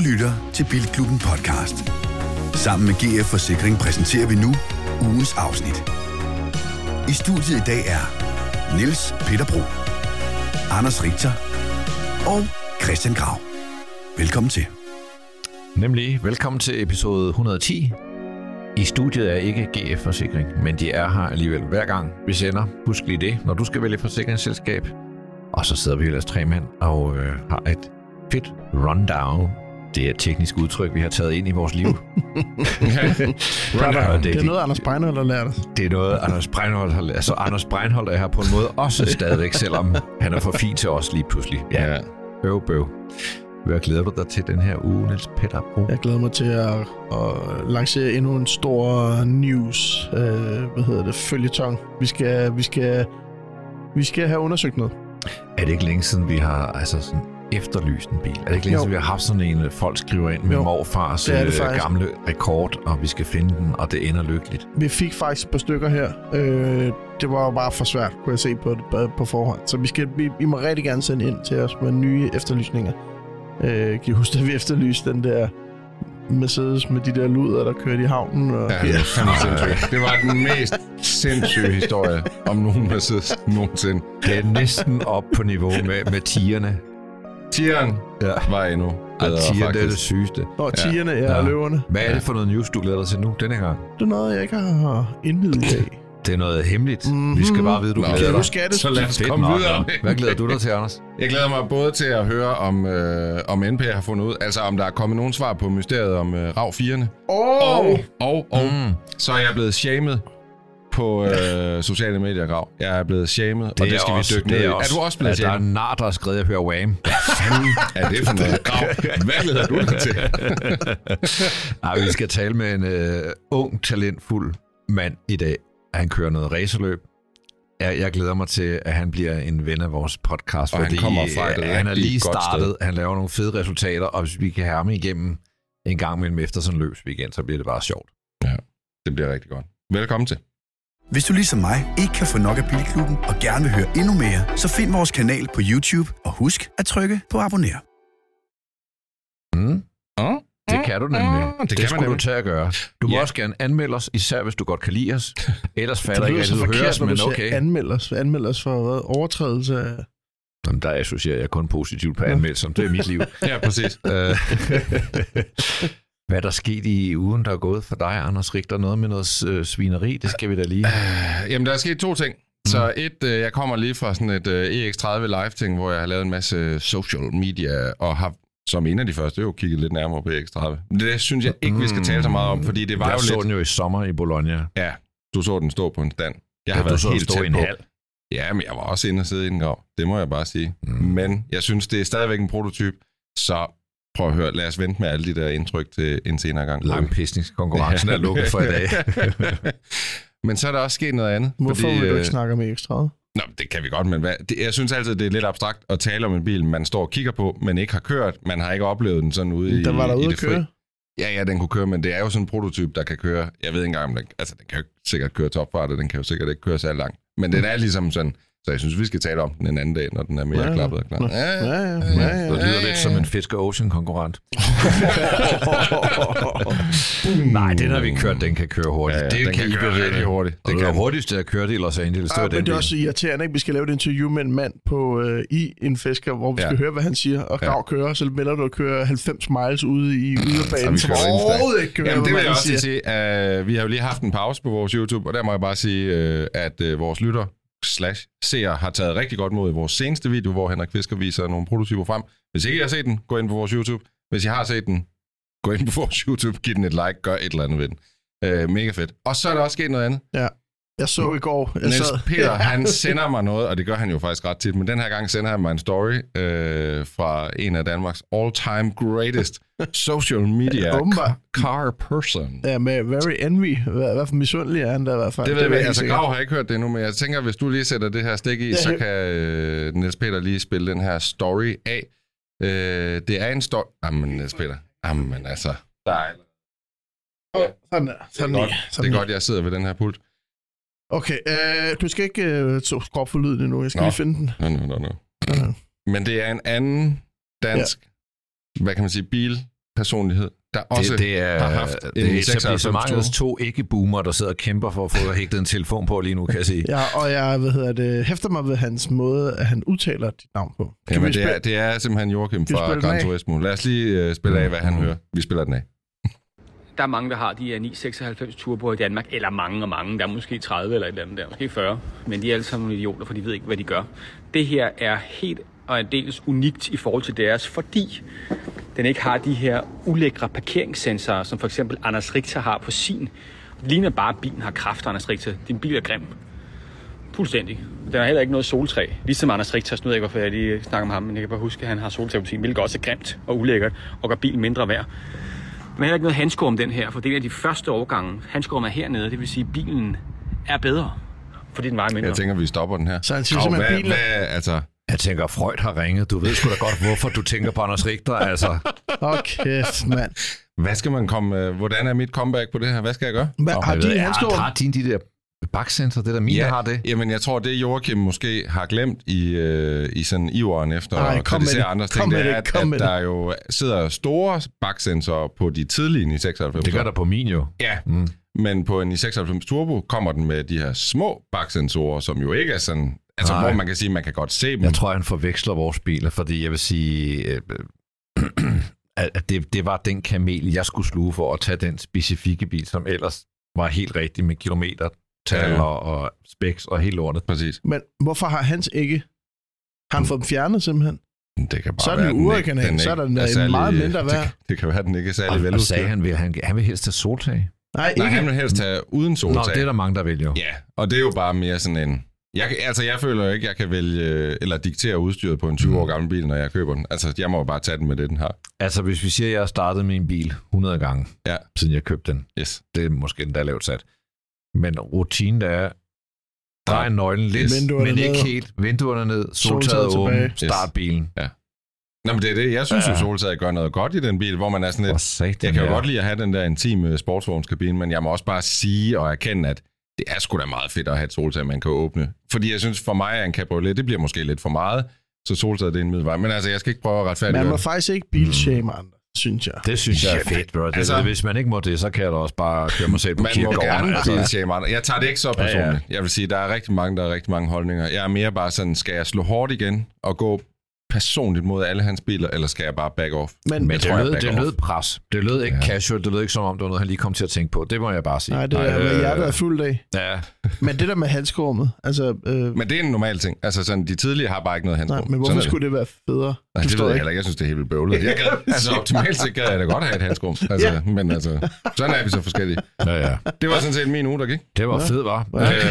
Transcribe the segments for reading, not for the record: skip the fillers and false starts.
lytter til Bilklubben podcast. Sammen med GF Forsikring præsenterer vi nu ugens afsnit. I studiet i dag er Niels Peter Bro, Anders Richter og Christian Grav. Velkommen til. Nemlig, velkommen til episode 110. I studiet er ikke GF Forsikring, men de er her alligevel hver gang vi sender. Husk lige det, når du skal vælge forsikringsselskab. Og så sidder vi ellers 3 mand og har et fedt rundown. Det er et teknisk udtryk, vi har taget ind i vores liv. Det er noget, Anders Breinholt har lært os. Det er noget, Anders Breinholt har lært. Så Anders Breinholt er her på en måde også stadigvæk, selvom han er for fin til os lige pludselig. Ja, bøv. Hvad glæder du dig til den her uge, Niels Peter Bro? Jeg glæder mig til at lancere endnu en stor news, føljeton. Vi skal have undersøgt noget. Er det ikke længe siden, vi har sådan efterlyst en bil? Er det ikke længe siden, vi har haft sådan en, folk skriver ind med morfars gamle rekord, og vi skal finde den, og det ender lykkeligt? Vi fik faktisk et par stykker her. Det var jo bare for svært, kunne jeg se på forhånd. Så vi må rigtig gerne sende ind til os med nye efterlysninger. Kan I huske, at vi efterlyste den der Mercedes med de der luder, der kørte i havnen? Og... Ja, det var fandme sindssygt. Det var den mest sindssyge historie om nogen Mercedes nogensinde. Det er næsten op på niveau med tierne. Tieren var endnu bedre, tieren, det er det sygeste. Tierne og løverne. Hvad er det for noget news, du glæder dig til nu denne gang? Det er noget, jeg ikke har indvidet i dag. Det er noget hemmeligt. Vi skal bare vide, du glæder dig. Så lad os komme videre. Hvad glæder du dig til, Anders? Jeg glæder mig både til at høre, om NP har fundet ud, altså om der er kommet nogen svar på mysteriet om RAV4'erne. Så er jeg blevet shamed på sociale medier, Grav. Jeg er blevet shamed, og det skal vi dykke ned i. Er du også blevet shamed? Der er nar, der har skrevet, at jeg hører Wham. Hvad fanden er det for noget, Grav? Hvad glæder du dig til? Vi skal tale med en ung, talentfuld mand i dag. Han kører noget racerløb. Jeg glæder mig til, at han bliver en ven af vores podcast, og fordi han er lige startet. Han laver nogle fede resultater, og hvis vi kan have ham igennem en gang mellem efter sådan en løbsweekend, så bliver det bare sjovt. Ja, det bliver rigtig godt. Velkommen til. Hvis du ligesom mig ikke kan få nok af Bilklubben og gerne vil høre endnu mere, så find vores kanal på YouTube og husk at trykke på abonner. Det kan du nemlig. Det skulle du tage at gøre. Du må også gerne anmelde os, især hvis du godt kan lide os. Ellers falder ikke, at du hører os, men okay. Anmelde os for hvad? Overtrædelse af... Jamen, der associerer jeg kun positivt på anmeldelser. Det er mit liv. Ja, præcis. Hvad er der sket i ugen, der er gået for dig, Anders Richter? Noget med noget svineri? Det skal vi da lige. Jamen, der er sket 2 ting. Så jeg kommer lige fra sådan et EX30 live-ting, hvor jeg har lavet en masse social media, og har som en af de første jo kigget lidt nærmere på EX30. Det synes jeg ikke, vi skal tale så meget om, fordi det var jeg så den jo i sommer i Bologna. Ja, du så den stå på en stand. Jeg har været helt tæt på. Ja, men jeg var også inde og sidde i den, Grav. Det må jeg bare sige. Men jeg synes, det er stadigvæk en prototype, så prøv at høre, lad os vente med alle de der indtryk til en senere gang. Langpisningskonkurrencen er lukket for i dag. Men så er der også sket noget andet. Hvorfor vil du ikke snakke om EX30? Nå, det kan vi godt, men jeg synes altid, det er lidt abstrakt at tale om en bil, man står og kigger på, men ikke har kørt. Man har ikke oplevet den sådan ude den var der ude at køre? Ja, den kunne køre, men det er jo sådan en prototype, der kan køre. Jeg ved ikke engang, den kan jo sikkert køre topfart, og den kan jo sikkert ikke køre så langt. Men den er ligesom sådan, så jeg synes, vi skal tale om den en anden dag, når den er mere klappet og klar. Det lyder lidt som en Fisker Ocean-konkurrent. Nej, den har vi kørt, den kan køre hurtigt. Ja, det kan køre rigtig hurtigt. Det er hurtigt at køre det i Los Angeles. Men det er også irriterende, ikke? Vi skal lave et interview med en mand i en Fisker, hvor vi skal høre, hvad han siger, og Grav kører, så melder du at køre 90 miles ude i yderbanen, som overhovedet ikke kører. Jamen, det vil jeg også sige. Vi har jo lige haft en pause på vores YouTube, og der må jeg bare sige, at vores lytter /seere har taget rigtig godt mod i vores seneste video, hvor Henrik Fisker viser nogle prototyper frem. Hvis ikke I har set den, gå ind på vores YouTube. Hvis I har set den, gå ind på vores YouTube, giv den et like, gør et eller andet ved den. Mega fedt. Og så er der også sket noget andet. Ja. Jeg så i går. Niels Peter, han sender mig noget, og det gør han jo faktisk ret tit, men den her gang sender han mig en story fra en af Danmarks all-time greatest social media car person. Ja, med very envy. Hvad for misundelig er han der i hvert fald? Det ved vi. Altså, Grav har ikke hørt det endnu, men jeg tænker, hvis du lige sætter det her stik i, så kan Niels Peter lige spille den her story af. Det er en story... Jamen, Niels Peter. Jamen, altså... Sådan der. Det er godt, jeg sidder ved den her pult. Okay, du skal ikke skrue for lyden endnu. Jeg skal lige finde den. Nå. Men det er en anden dansk, hvad kan man sige, personlighed, der også har haft en etablissementets 2 ikke-boomer, der sidder og kæmper for at få hægtet en telefon på lige nu, kan jeg sige. Ja, og jeg hæfter mig ved hans måde, at han udtaler dit navn på. Jamen, det er simpelthen Joachim fra Gran Turismo. Lad os lige spille af, hvad han hører. Vi spiller den af. Der er mange, der har de her 996 turboer i Danmark, eller mange og mange. Der er måske 30 eller et eller andet der, måske 40. Men de er alle sammen nogle idioter, for de ved ikke, hvad de gør. Det her er helt og aldeles unikt i forhold til deres, fordi den ikke har de her ulækre parkeringssensorer, som for eksempel Anders Richter har på sin. Det ligner bare, at bilen har kraft, Anders Richter. Din bil er grim. Fuldstændig. Der er heller ikke noget soltræ. Ligesom Anders Richter, nu ved jeg ikke, hvorfor jeg lige snakker om ham, men jeg kan bare huske, at han har soltræ på sin, hvilket også er grimt og ulækkert og gør bilen mindre værd. Men heller ikke noget handskorm den her, for det er de første årgange. Handskorm er hernede, det vil sige, at bilen er bedre, fordi den vejer mindre. Jeg tænker, vi stopper den her. Så han siger simpelthen, bilen... Jeg tænker, Freud har ringet. Du ved sgu da godt, hvorfor du tænker på Anders Richter, altså. Kæft, mand. Hvad skal man komme... Hvordan er mit comeback på det her? Hvad skal jeg gøre? Har din handskorm? Har din de der baksensor, det der mine har det? Jamen, jeg tror, det Joachim måske har glemt i sådan iveren efter at kritisere andres ting, det er, at der jo sidder store baksensorer på de tidlige 996. Det gør der på min jo. Ja, men på en 996 Turbo kommer den med de her små baksensorer, som jo ikke er sådan... Altså, hvor man kan sige, man kan godt se dem. Jeg tror, han forveksler vores biler, fordi jeg vil sige, at det var den kamel, jeg skulle sluge for at tage den specifikke bil, som ellers var helt rigtig med kilometertal og specs og helt lortet. Præcis. Men hvorfor har hans ikke? Har han fået dem fjernet simpelthen? Det kan bare så er den urekanal, så er den meget mindre værd. Det kan være, den ikke er særlig veludstyret. Og sagde han vil helst have soltag. Nej, ikke. Han vil helst have uden soltag. Nå, det er der mange, der vil jo. Ja, og det er jo bare mere sådan en... Jeg føler jo ikke, jeg kan vælge eller diktere udstyret på en 20 år gammel bil, når jeg køber den. Altså, jeg må jo bare tage den med det, den har. Altså, hvis vi siger, at jeg har startet min bil 100 gange, siden jeg købte den. Yes. Det er måske endda lavt sat. Men rutinen, der er, drej nøglen lidt, men ikke helt. Vinduerne ned, soltaget åben, start bilen. Ja. Nå, men det er det. Jeg synes jo, soltaget gør noget godt i den bil, hvor man er sådan lidt... Jeg kan jo godt lide at have den der intime sportsvognskabine, men jeg må også bare sige og erkende, at det er sgu da meget fedt at have et soltag, man kan åbne. Fordi jeg synes, for mig er en cabriolet, det bliver måske lidt for meget, så soltaget det er en middelvej. Men altså, jeg skal ikke prøve at retfærdiggøre. Man må faktisk ikke bilshame andre, synes jeg. Det synes jeg er fedt, bro. Altså, hvis man ikke må det, så kan jeg da også bare køre mig selv på kirkegården. Man må gerne bilshame andre. Jeg tager det ikke så personligt. Jeg vil sige, der er rigtig mange holdninger. Jeg er mere bare sådan, skal jeg slå hårdt igen og gå personligt mod alle hans biler, eller skal jeg bare back off? Men det lød pres. Det lød ikke casual. Det lød ikke som om, det var noget, han lige kom til at tænke på. Det må jeg bare sige. Nej, det er hvad hjertet er fuld af. Ja. Men det der med handskormet, altså... Men det er en normal ting. Altså sådan, de tidlige har bare ikke noget handskorm. Nej, men hvorfor skulle det være federe? Nej, det ved jeg heller ikke. Jeg synes, det er helt vildt bøvlet. Altså optimalt set gad jeg da godt have et handskorm. Altså, men altså, sådan er vi så forskellige. Ja. Det var sådan set min uge, der gik. Det var fedt, var.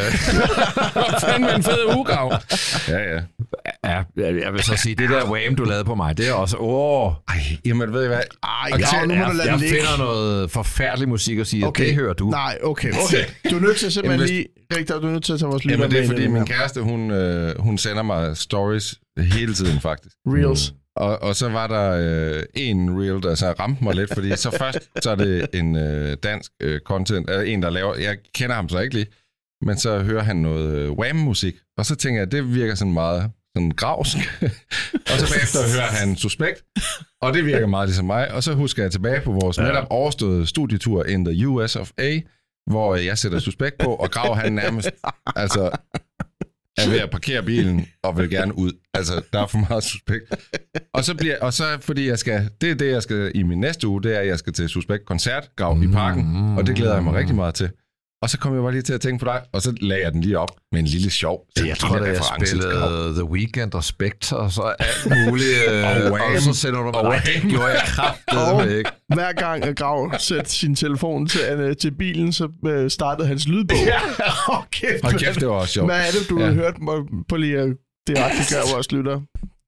Fandme en fed ugegrav. Ja. Ja, jeg vil så sige, det der Wham, du lavede på mig, det er også... Jamen, ved I hvad? Jeg finder noget forfærdelig musik og siger, det hører du. Nej, okay. Du er nødt til simpelthen lige... Rigtig, du er nødt til at tage vores lytter med. Det er fordi, min kæreste, hun sender mig stories hele tiden, faktisk. Reels. Og så var der en reel, der så ramte mig lidt, fordi så først så er det en dansk content, en, der laver... Jeg kender ham så ikke lige, men så hører han noget Wham-musik, og så tænker jeg, det virker sådan meget... sådan gravsk. Og så bagefter hører han Suspekt, og det virker meget ligesom mig. Og så husker jeg tilbage på vores netop overståede studietur in the US of A, hvor jeg sætter Suspekt på, og Grav han nærmest altså, er ved at parkere bilen og vil gerne ud. Altså, der er for meget Suspekt. Og så fordi jeg skal, det er det, jeg skal i min næste uge, det er, at jeg skal til Suspekt-koncert, Grav i parken, og det glæder jeg mig rigtig meget til. Og så kom jeg bare lige til at tænke på dig, og så lagde jeg den lige op med en lille sjov. Jeg tror, at jeg spillede The Weeknd og Spectre, og så alt muligt. Og så sender du mig, nej, det gjorde jeg kraftedeme ikke. Hver gang Grav sætte sin telefon til bilen, så startede hans lydbog. Kæft, det var også sjovt. Hvad er det, du har hørt mig på lige at det gør vores lytter?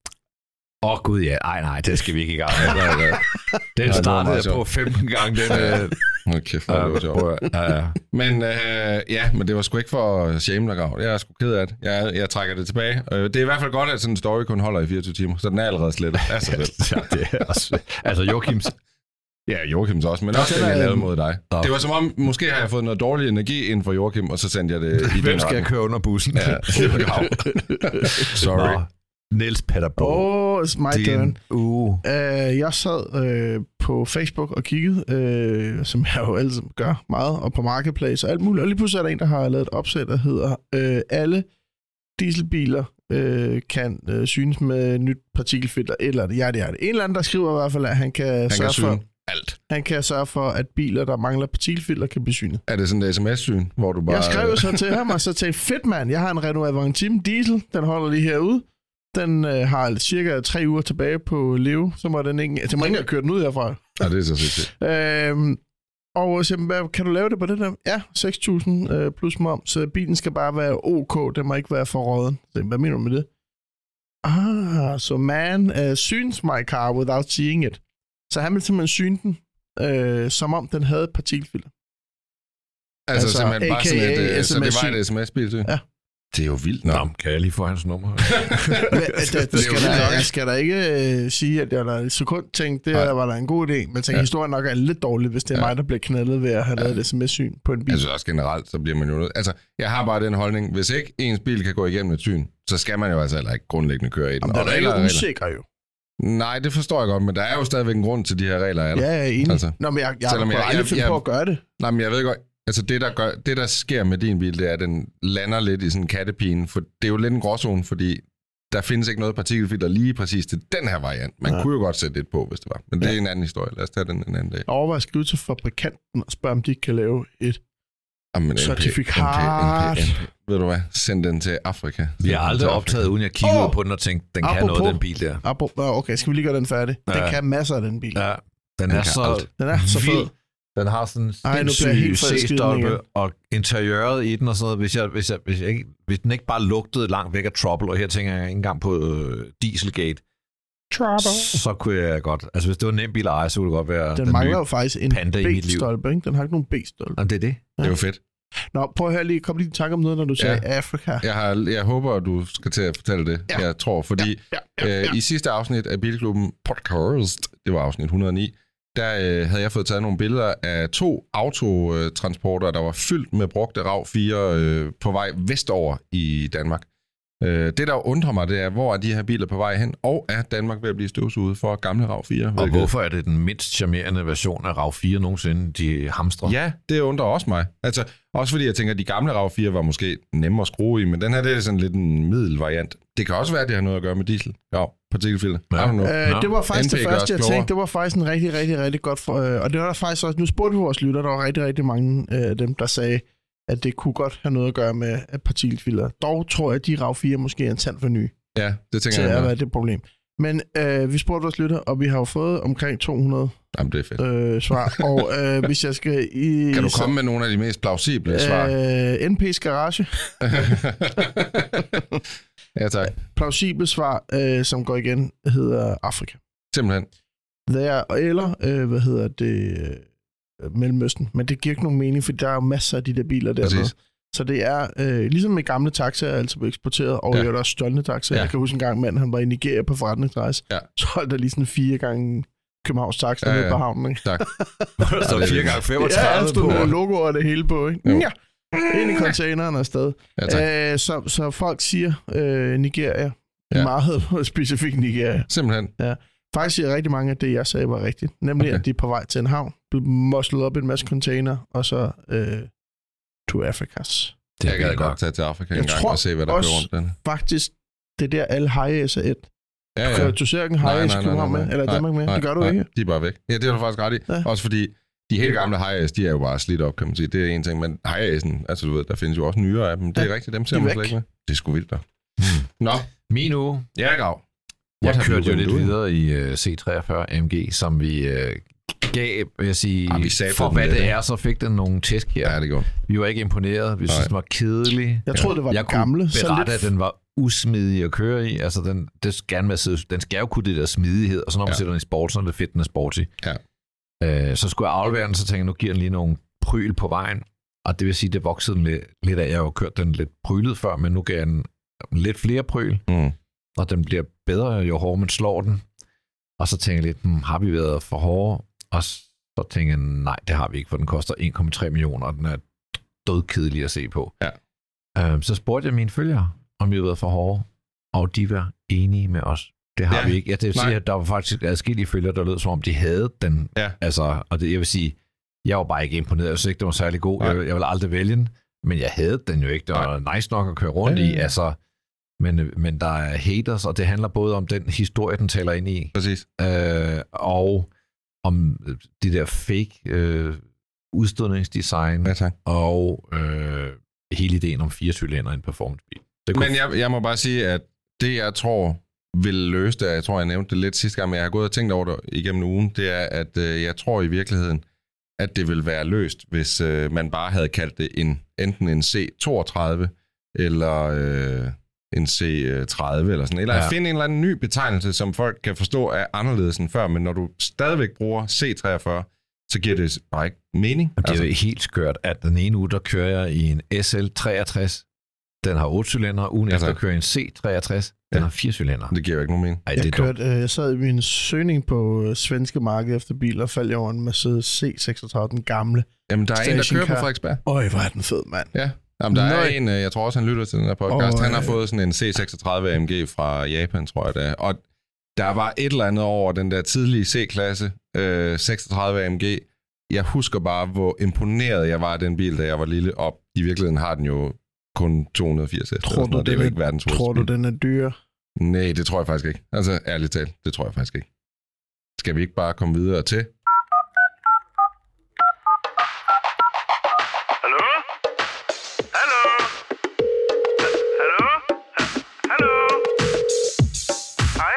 Gud ja, nej, det skal vi ikke i gang med. Den startede jeg på 15 gange. Okay, det var sjovt. Men det var sgu ikke for at shame dig, Grav. Jeg er sgu ked af det. Jeg trækker det tilbage. Det er i hvert fald godt, at sådan en story kun holder i 24 timer, så den er allerede slettet. Altså Joachims. Ja, Joachims også, men også den, jeg lavede mod dig. Det var som om, måske har jeg fået noget dårlig energi inden for Joachim, og så sendte jeg det i den. Hvem skal jeg køre under bussen? Ja, det var Grav. Sorry. Niels Peter Bro. It's my turn. Jeg sad på Facebook og kiggede, som jeg jo altid gør meget, og på Marketplace og alt muligt. Og lige pludselig er der en, der har lavet et opsæt, der hedder alle dieselbiler kan synes med nyt partikelfilter, eller det. En eller anden, der skriver i hvert fald, at han kan sørge for alt. Han kan sørge for, at biler, der mangler partikelfilter, kan blive synet. Er det sådan et sms-syn, hvor du bare... Jeg skrev så til ham, og så tænkte, fedt mand, jeg har en Renault Avantime diesel, den holder lige herude. Den har cirka 3 uger tilbage på leve, så må den ikke... Jeg må ikke have kørt den ud herfra. Ja, det er så sindssygt. Og så kan du lave det på det der? Ja, 6.000 plus moms, så bilen skal bare være OK, den må ikke være for råden. Hvad mener du med det? So man syns my car without seeing it. Så han ville simpelthen syne den, som om den havde partikelfilter. Altså simpelthen bare sådan et... Så det var et sms-bil, ja. Det er jo vildt nok. Nå, kan jeg lige få hans nummer? skal der ikke sige, at jeg der et sekund tænkte, det var der en god idé, men jeg tænker, historien nok er lidt dårlig, hvis det er mig, der bliver knaldet ved at have lavet et sms-syn på en bil. Altså også generelt, så bliver man jo nødt. Altså, jeg har bare den holdning, hvis ikke ens bil kan gå igennem et syn, så skal man jo altså heller ikke grundlæggende køre i den. Jamen, det er ikke usikker jo. Nej, det forstår jeg godt, men der er jo stadigvæk en grund til de her regler, er der? Ja, jeg er enig. Altså, nå, men jeg har aldrig finde på at gøre det. Nej, men jeg ved godt, altså det, der sker med din bil, det er, at den lander lidt i sådan en kattepine, for det er jo lidt en gråzone, fordi der findes ikke noget partikelfilter lige præcis til den her variant. Man kunne jo godt sætte det på, hvis det var. Men det er en anden historie. Lad os tage den en anden dag. Overvej at skrive til fabrikanten og spørge, om de kan lave et certifikat. MP. Ved du hvad? Send den til Afrika. Vi har aldrig optaget, uden jeg kiggede på den og tænkte, den kan noget, den bil der. Okay, skal vi lige gøre den færdig? Den kan masser af den bil. Ja, den er så fed. Den har sådan en sindssyg C-stolpe, og interiøret i den og sådan noget. Hvis den ikke bare lugtede langt væk af Trouble, og her tænker jeg ikke engang på Dieselgate, så kunne jeg godt. Altså hvis det var en nem bil at eje, så kunne det godt være den mangler jo faktisk en B-stolpe, ikke? Den har ikke nogen B-stolpe. Jamen, det er det. Ja. Det er jo fedt. Nå, prøv at høre lige. Kom lige i tanke om noget, når du sagde Afrika. Jeg håber, at du skal til at fortælle det. Ja. Jeg tror, fordi i sidste afsnit af Bilklubben Podcast, det var afsnit 109, der havde jeg fået taget nogle billeder af 2 autotransporter, der var fyldt med brugte RAV4 på vej vestover i Danmark. Det, der undrer mig, det er, hvor er de her biler på vej hen, og er Danmark ved at blive støvsuget for gamle RAV4? Og hvorfor er det den mindst charmerende version af RAV4 nogensinde, de hamstrer? Ja, det undrer også mig. Altså, også fordi jeg tænker, at de gamle RAV4 var måske nemmere at skrue i, men den her, det er sådan lidt en middelvariant. Det kan også være, at det har noget at gøre med diesel. Ja, partikelfilter. Det var faktisk det første, jeg tænkte. Det var faktisk en rigtig, rigtig, rigtig godt for... Og det var der faktisk også... Nu spurgte vi vores lytter, der var rigtig, rigtig mange af dem, der sagde, at det kunne godt have noget at gøre med partikelfilter. Dog tror jeg, at de RAV4 måske er en tand for ny. Ja, det tænker jeg. Det er det problem. Men vi spurgte vores lytter, og vi har jo fået omkring 200 Jamen, det er fedt. svar. Og hvis jeg skal... Kan du komme med nogle af de mest plausible svar? NP's Garage. Ja, tak. Plausible svar, som går igen, hedder Afrika. Simpelthen. Eller, Mellemøsten. Men det giver ikke nogen mening, for der er jo masser af de der biler dernede. Så det er, ligesom med gamle taxaer, altså blevet eksporteret, og der er også stjålne taxaer. Jeg kan huske en gang, mand, han var i Nigeria på forretningsrejse. Så holdt der lige sådan 4 gange Københavns taxa nede på havnen. Ikke? Tak. Der står 4 gange 35 ja, der stod logoer og det hele på. Ikke? Ja. Ind i containeren afsted. Ja, så folk siger Nigeria. Meget specifikt Nigeria. Simpelthen. Ja. Faktisk siger rigtig mange af det, jeg sagde, var rigtigt. Nemlig, at de er på vej til en havn, bliver moslet op i en masse container, og så to Afrikas. Det kan jeg godt tage til Afrika en gang og se, hvad der kører rundt den. Faktisk, det der alle Hi-A's er et. Ja. Du ser ikke en Hi-A's i København med, eller Danmark med. Det gør du ikke. De er bare væk. Ja, det er du faktisk ret i. Ja. Også fordi de helt gamle Hi-A's, de er jo bare slidt op, kan man sige. Det er en ting, men Hi-A'sen, altså du ved, der findes jo også nyere af dem. Det er rigtigt, dem ser man slet ikke med. Det er sgu vildt der. Nå. Min uge. Ja, Grav. Jeg kørte jo lidt videre i C43 AMG, som vi gav, vil jeg sige, for hvad det er, så fik den nogle tæsk her. Ja, det går. Vi var ikke imponeret, vi synes, den var kedelig. Jeg troede, det var den gamle. Jeg kunne berette, at den var usmidig at køre i. Altså, den skal jo kunne det der smidighed, og så når man sætter den i sport, så er det fedt, den er sporty. Ja. Så skulle jeg aflevere den, så tænkte jeg, nu giver den lige nogle pryl på vejen, og det vil sige, det voksede den lidt af. Jeg har jo kørt den lidt prylet før, men nu gav jeg den lidt flere pryl. Og den bliver bedre, jo hårdere man slår den. Og så tænker jeg lidt, har vi været for hårde? Og så tænker jeg, nej, det har vi ikke, for den koster 1,3 millioner, og den er dødkedelig at se på. Ja. Så spurgte jeg mine følgere, om vi har været for hårde, og de var enige med os. Det har vi ikke. Jeg vil sige, Nej. at der var faktisk adskillige følgere, der lød som om, de havde den. Ja. Altså, og det, jeg vil sige, jeg var bare ikke imponeret. Jeg synes ikke, det var særlig god. Jeg ville aldrig vælge den, men jeg havde den jo ikke. Det var nice nok at køre rundt i. Altså, men der er haters, og det handler både om den historie, den taler ind i, Præcis. og om de der fake udstødningsdesign, og hele ideen om 4 cylinder i en performancebil. Men jeg må bare sige, at det, jeg tror vil løse det, jeg tror, jeg nævnte det lidt sidste gang, men jeg har gået og tænkt over det igennem ugen, det er, at jeg tror i virkeligheden, at det vil være løst, hvis man bare havde kaldt det enten en C32 eller en C30 eller sådan, eller at finde en eller anden ny betegnelse, som folk kan forstå er anderledes end før, men når du stadigvæk bruger C43, så giver det bare ikke mening. Det er jo helt skørt, at den ene uge, der kører jeg i en SL63, den har 8 cylinder, ugen efter kører en C63, den har 4 cylinder. Det giver jo ikke nogen mening. Ej, Jeg sad i min søgning på svenske marked efter biler, og faldt jeg over en Mercedes C36, den gamle. Jamen, der er en, der kører på Frederiksberg. Øj, hvor er den fed, mand. Ja. Jamen, der er en, jeg tror også, han lytter til den her podcast. Han har fået sådan en C36 AMG fra Japan, tror jeg det er. Og der var et eller andet over den der tidlige C-klasse 36 AMG. Jeg husker bare, hvor imponeret jeg var af den bil, da jeg var lille. Og i virkeligheden har den jo kun 280 heste. Tror du, det er jo ikke verdens tror du, den er dyr? Nej, det tror jeg faktisk ikke. Altså, ærligt talt, det tror jeg faktisk ikke. Skal vi ikke bare komme videre til? Hallo? Hallo? Hallo? Hallo? Hej?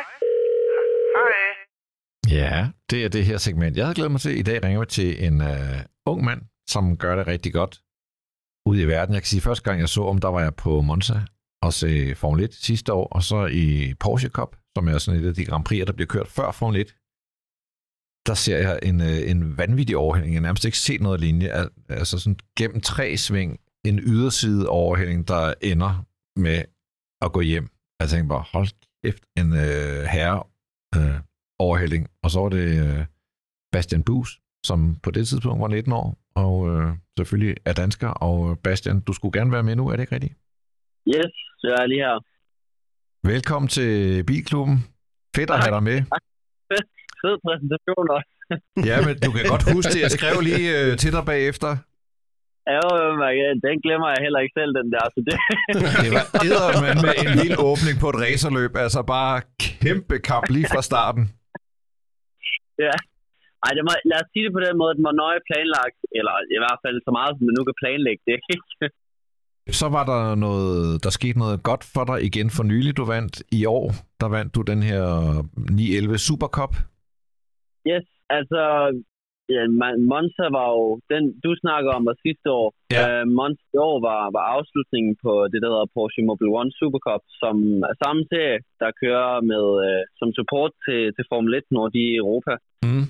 Hej? Ja, det er det her segment, jeg havde glædet mig til. I dag ringer vi til en ung mand, som gør det rigtig godt ude i verden. Jeg kan sige, første gang jeg så om, der var jeg på Monza og se Formel 1 sidste år, og så i Porsche Cup, som er sådan et af de Grand Prix'er, der bliver kørt før Formel 1. Der ser jeg en vanvittig overhældning. Jeg har nærmest ikke set noget linje. Altså sådan gennem 3 sving, en yderside overhældning, der ender med at gå hjem. Jeg tænkte bare, hold kæft, en herre overhældning. Og så var det Bastian Buus, som på det tidspunkt var 19 år, og selvfølgelig er dansker. Og Bastian, du skulle gerne være med nu, er det ikke rigtigt? Yes, jeg er lige her. Velkommen til Bilklubben. Fedt at have dig med. Fed præsentation også. Ja, men du kan godt huske det. Jeg skrev lige til dig bagefter. Ja, den glemmer jeg heller ikke selv, den der. Så det var eddermand med en vild åbning på et racerløb. Altså bare kæmpe kamp lige fra starten. Ja. Ej, lad os sige det på den måde, at den var nøje planlagt. Eller i hvert fald så meget, som man nu kan planlægge det. Så var der skete noget godt for dig igen for nylig. Du vandt i år. Der vandt du den her 911 Super Cup. Yes, altså Monza var jo den, du snakker om, var sidste år. Ja. Monza i år var afslutningen på det, der hedder Porsche Mobil 1 Super Cup, som er samme serie, der kører med som support til Formel 1, når de er i Europa. Mm.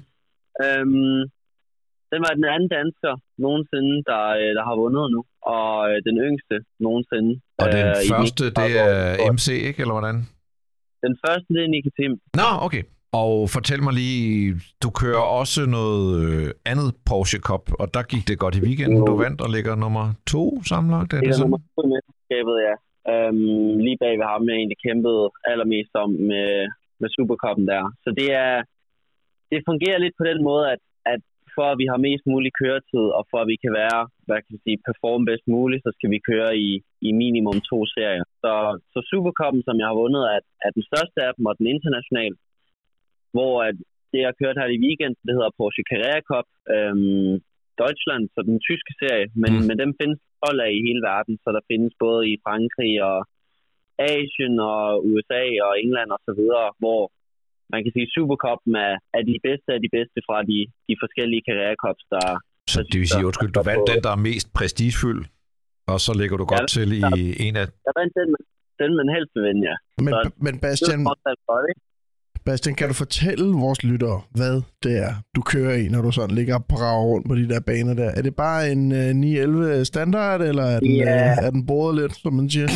Den var den anden dansker nogensinde, der har vundet nu, og den yngste nogensinde. Og den første, det er MC, ikke? Eller hvordan? Den første, det er Nicky Tim. Nå, okay. Og fortæl mig lige, du kører også noget andet Porsche Cup, og der gik det godt i weekenden. Du vandt og ligger nummer 2 sammenlagt. Det er nummer 2 i mesterskabet, ja. Lige bag ved ham, jeg egentlig kæmpede allermest om med Supercuppen der. Så det fungerer lidt på den måde, at for at vi har mest mulig køretid, og for at vi kan være, performe bedst muligt, så skal vi køre i minimum 2 serier. Så Supercuppen, som jeg har vundet, er den største af dem, og den internationale, hvor det, jeg kørt her i weekend, det hedder Porsche Carrera Cup Deutschland, så den tyske serie, men dem findes 12 af i hele verden, så der findes både i Frankrig og Asien og USA og England og så videre, hvor man kan sige, Supercuppen er de bedste fra de forskellige Carrera Cups, der... Så det vil sige, undskyld, du vandt den, der er mest prestigefyldt, og så lægger du godt til i en af... Jeg vandt den man helst vil vinde, ja. Men Bastian, kan du fortælle vores lyttere, hvad det er, du kører i, når du sådan ligger og brager rundt på de der baner der? Er det bare en 911 standard, eller er den boret lidt, som man siger?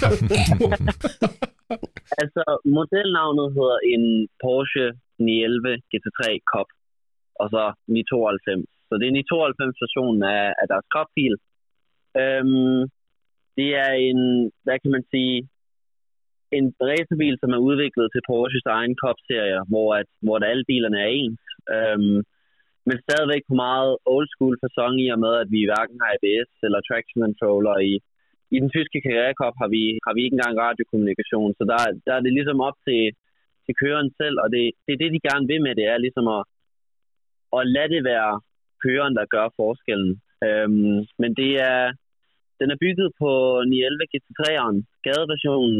Altså, modelnavnet hedder en Porsche 911 GT3 Cup, og så 992. Så det er 992-versionen af deres Cup-bil. Det er en, hvad kan man sige, en racerbil, som er udviklet til Porsches egen Cup-serie, hvor alle bilerne er ens. Men stadigvæk på meget old school facon i og med, at vi hverken har ABS eller traction controller. I den tyske Carrera Cup har vi ikke engang radiokommunikation, så der er det ligesom op til køreren selv, og det er det, de gerne vil med det, er ligesom at lade det være køreren, der gør forskellen. Men den er bygget på 911 GT3'eren, gadeversionen.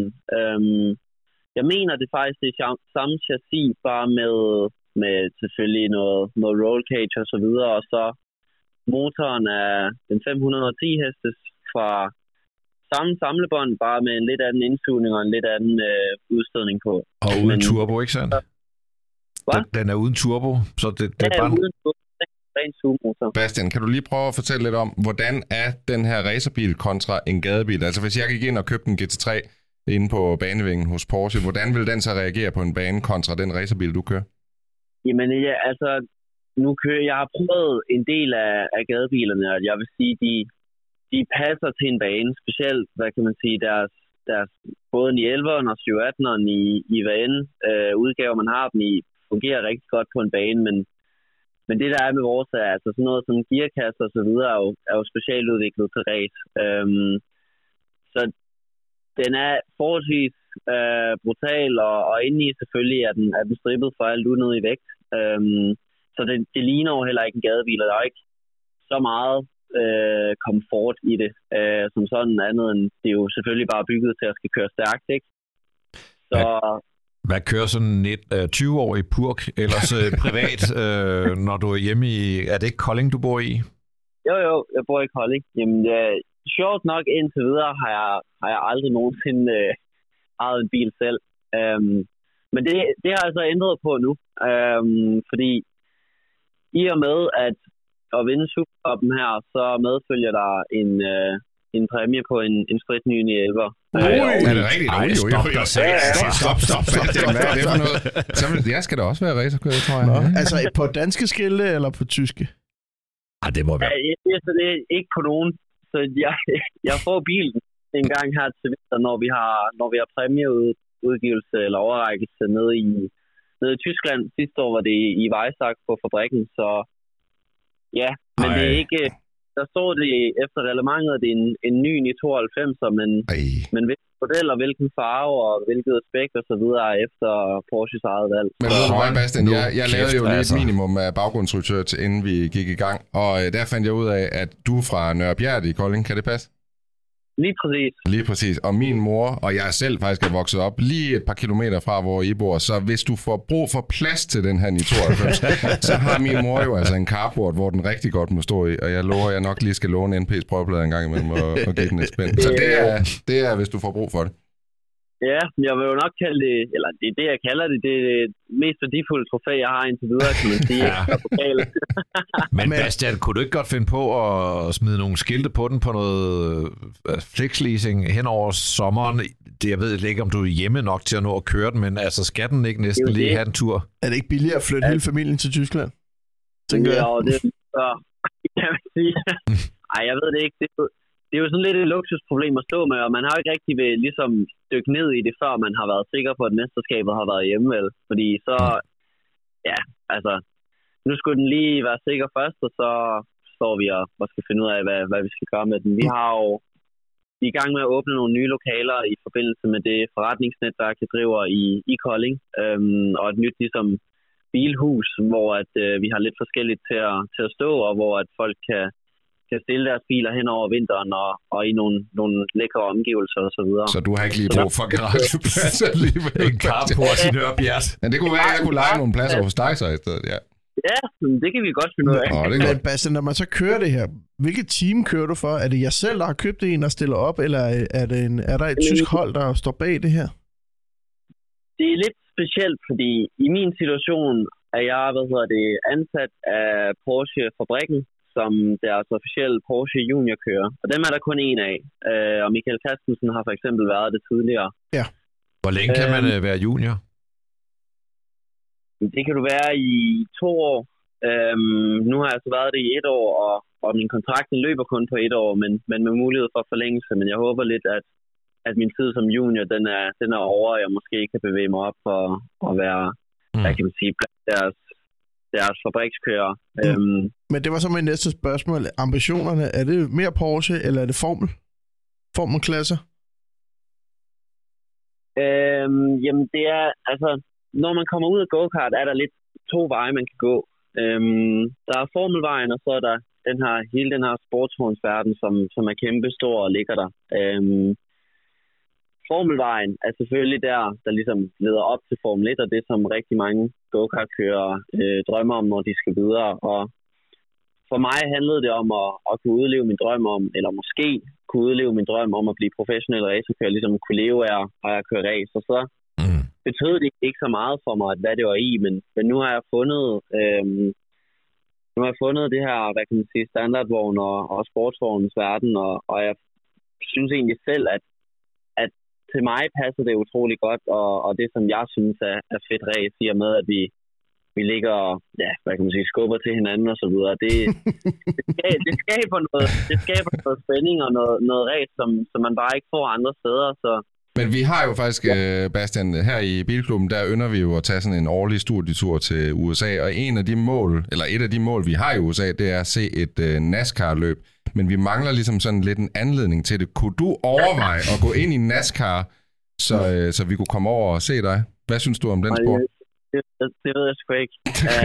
Jeg mener, det faktisk er samme chassis, bare med selvfølgelig noget roll cage og så videre, og så motoren er den 510 hestes fra samme samlebånd, bare med en lidt anden indsugning og en lidt anden udstødning på. Og uden turbo, ikke sandt? Den er uden turbo, så det er bare... uden turbo. Ren motor. Bastian, kan du lige prøve at fortælle lidt om, hvordan er den her racerbil kontra en gadebil? Altså hvis jeg gik ind og købte en GT3 inde på banevingen hos Porsche, hvordan vil den så reagere på en bane kontra den racerbil, du kører? Jamen, altså, jeg har prøvet en del af gadebilerne, og jeg vil sige, de passer til en bane, specielt, hvad kan man sige, deres både 911'eren og 718'eren i hvad end udgaver, man har dem i, fungerer rigtig godt på en bane, men det, der er med vores, er altså sådan noget som gearkasser og så videre, er jo specialudviklet til race. Så den er forholdsvis brutal, og indeni selvfølgelig er den strippet for alt unødig vægt. Så det ligner jo heller ikke en gadebil, og der er ikke så meget komfort i det, som sådan andet end det er jo selvfølgelig bare bygget til at skal køre stærkt, ikke? Så... Hvad kører sådan en 20-årig purk, ellers privat, når du er hjemme i... Er det ikke Kolding, du bor i? Jo, jeg bor i Kolding. Jamen, sjovt nok indtil videre har jeg aldrig nogensinde ejet en bil selv. Men det har jeg så ændret på nu. Fordi i og med at vinde Supercuppen her, så medfølger der en præmie på en spritny 911. Er det rigtigt? Stop. Hvad er det for noget? Jeg skal da også være racerkører, tror jeg. Altså på danske skilte eller på tyske? Det må være. Så det er ikke på nogen. Så jeg får bilen en gang her til vinter, når vi har præmieudgivelse eller overrækkelse nede i Tyskland. Sidste år var det i Weissach på fabrikken, så ja, men det er ikke... Der står det efter reglementet, at det er en ny 992, men hvilken model og hvilken farve og hvilket spæk og så videre efter Porsches eget valg. Men ved du hvad, Bastian, jeg lavede jo lige et minimum af baggrundsresearch, inden vi gik i gang, og der fandt jeg ud af, at du er fra Nørre Bjert i Kolding. Kan det passe? Lige præcis. Og min mor, og jeg selv faktisk er vokset op lige et par kilometer fra, hvor I bor, så hvis du får brug for plads til den her 992, så har min mor jo altså en carport, hvor den rigtig godt må stå i, og jeg lover, at jeg nok lige skal låne NP's prøveplade en gang imellem og give den et spænd. Så det er, hvis du får brug for det. Ja, jeg vil jo nok kalde det, eller det er det, jeg kalder det, det er det mest værdifulde trofæ, jeg har indtil videre, kan man sige. Men Bastian, kunne du ikke godt finde på at smide nogle skilte på den på noget flexleasing hen over sommeren? Jeg ved ikke, om du er hjemme nok til at nå at køre den, men altså skal den ikke næsten lige have en tur? Er det ikke billigere at flytte hele familien til Tyskland? Ja, det så kan man sige. Ej, jeg ved det ikke. Det er jo sådan lidt et luksusproblem at stå med, og man har ikke rigtig ved ligesom dykke ned i det, før man har været sikker på, at mesterskabet har været hjemme, vel? Fordi så, ja, altså, nu skulle den lige være sikker først, og så står vi og skal finde ud af, hvad vi skal gøre med den. Vi er i gang med at åbne nogle nye lokaler i forbindelse med det forretningsnetværk, jeg driver i Kolding, og et nyt ligesom bilhus, hvor vi har lidt forskelligt til at stå, og hvor at folk kan stille deres biler hen over vinteren og i nogle lækre omgivelser og så videre. Så du har ikke lige brug for garagepladser alligevel? En carport i Nørre Bjert. Men det kunne være, at jeg kunne lege nogle pladser hos dig så i stedet, ja. Ja, det kan vi godt finde ud af. Men Bastian, når man så kører det her, hvilket team kører du for? Er det jeg selv, der har købt en og stiller op, eller er der et tysk hold, der står bag det her? Det er lidt specielt, fordi i min situation er jeg ansat af Porsche-fabrikken, som deres officielle Porsche juniorkører. Og dem er der kun en af. Og Michael Kastensen har for eksempel været det tidligere. Ja. Hvor længe kan man være junior? Det kan du være i 2 år. Nu har jeg så været det i 1 år, og min kontrakt løber kun på 1 år, men med mulighed for forlængelse. Men jeg håber lidt, at min tid som junior, den er over, og jeg måske kan bevæge mig op og være, hvad kan man sige, deres fabrikskører. Men det var så mit næste spørgsmål. Ambitionerne, er det mere Porsche, eller er det formelklasser? Jamen det er, altså, når man kommer ud af go-kart, er der lidt 2 veje, man kan gå. Der er formelvejen, og så er der hele den her sportsvognsverden, som er kæmpe stor og ligger der. Formelvejen er selvfølgelig der ligesom leder op til Formel 1, og det som rigtig mange go-kart-kørere drømmer om, når de skal videre. Og for mig handlede det om at kunne udleve min drøm om, eller måske kunne udleve min drøm om at blive professionel racerkører, ligesom kunne leve af at køre race. Og så betød det ikke så meget for mig, hvad det var i, men nu har jeg fundet det her, hvad kan man sige, standardvogn og sportsvognens verden, og jeg synes egentlig selv, at til mig passer det utrolig godt, og det, som jeg synes er fedt race, i og med, at vi ligger og, hvad kan man sige, skubber til hinanden og så videre. Det skaber noget spænding og noget race, som man bare ikke får andre steder, så. Men vi har jo faktisk, Bastian, her i Bilklubben, der ynder vi jo at tage sådan en årlig studietur til USA, og et af de mål, vi har i USA, det er at se et NASCAR-løb. Men vi mangler ligesom sådan lidt en anledning til det. Kunne du overveje at gå ind i NASCAR, så vi kunne komme over og se dig? Hvad synes du om den sport? Det ved jeg sgu ikke.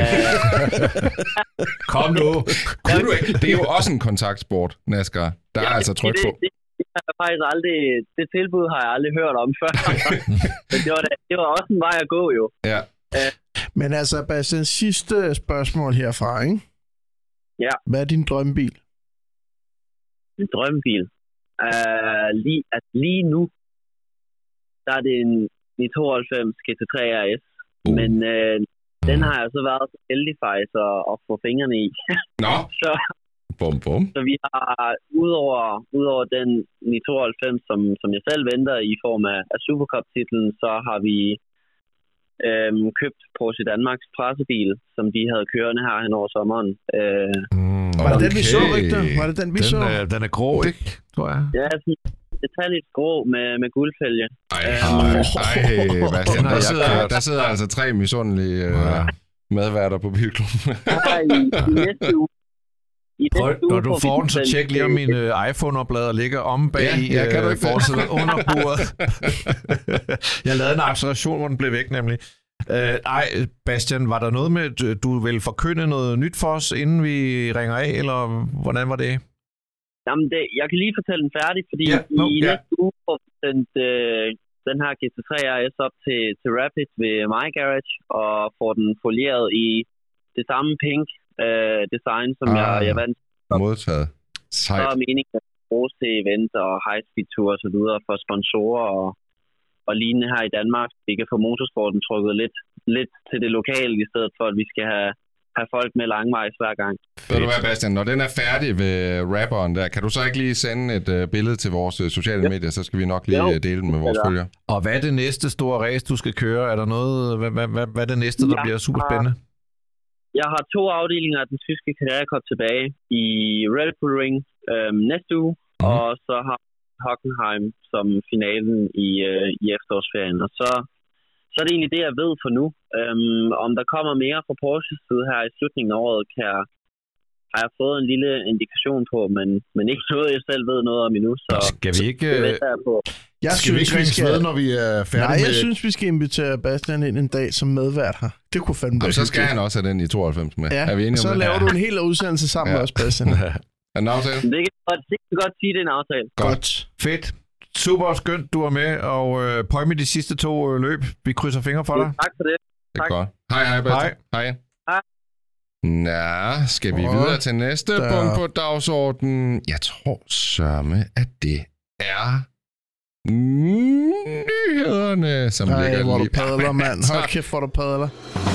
Kom nu! Kunne du ikke? Det er jo også en kontaktsport, NASCAR. Der er altså tryk på. Det tilbud har jeg aldrig hørt om før. Men det var også en vej at gå, jo. Ja. Men altså, Bastian, sidste spørgsmål herfra, ikke? Ja. Hvad er din drømmebil? En drømmebil? Lige nu, der er det en 92 GT3 RS. Men den har jeg så været så heldig faktisk at få fingrene i. Nå. Så vi har, udover den 92, som jeg selv venter i form af Supercup-titlen, så har vi købt Porsche Danmarks pressebil, som de havde kørende her hen over sommeren. Var det den, vi så, Victor? Var det den, vi så? Den er grå, ikke? Tror jeg. Ja, detaljet grå med guldfælge. Bastian, der sidder altså 3 misundelige medværter på Bilklubben. I næste uge. Når du får den, så tjek lige om mine iPhone-oplader ligger om bag forsiden under bordet. Jeg lavede en acceleration, hvor den blev væk nemlig. Bastian, var der noget med, at du ville forkynde noget nyt for os, inden vi ringer af, eller hvordan var det? Jamen, jeg kan lige fortælle den færdig, fordi i næste uge får vi sendt den her GT3 RS op til Rapid ved My Garage, og får den folieret i det samme pink design, som jeg vandt. Modtaget. Så er meningen at bruge til event og high-speed tour og så videre for sponsorer og lignende her i Danmark. Vi kan få motorsporten trukket lidt til det lokale, i stedet for, at vi skal have folk med langvejs hver gang. Ved du hvad, Bastian, når den er færdig ved rapperen der, kan du så ikke lige sende et billede til vores sociale medier, så skal vi nok lige dele den med vores følgere. Og hvad er det næste store race, du skal køre? Er der noget, hvad er det næste, der bliver super spændende? Jeg har 2 afdelinger af den tyske karrierekop tilbage i Red Bull Ring næste uge, og så har Hockenheim som finalen i efterårsferien. Og så er det egentlig det, jeg ved for nu. Om der kommer mere fra Porsches side her i slutningen af året, har jeg fået en lille indikation på, men ikke noget, jeg selv ved noget om endnu. Så skal vi ikke... Skal vi ikke med, når vi er færdige med... jeg synes, vi skal invitere Bastian ind en dag som medvært her. Det kunne fandme være. Så skal han også have den i 92 med. Ja, er vi enige så om det? Laver du en hel udsendelse sammen med os, Bastian. Er en aftale? Det kan godt sige, det er en aftale. Godt. Fedt. Super skønt, du er med, og pøj med de sidste 2 løb. Vi krydser fingre for dig. Tak for det. Det er godt. Hej, Bastian. Hej. Nå, skal vi videre til næste punkt på dagsordenen? Jeg tror sørme, at det er nyhederne, som ligger hvor lige... du padler, mand. Hold kæft, hvor du padler.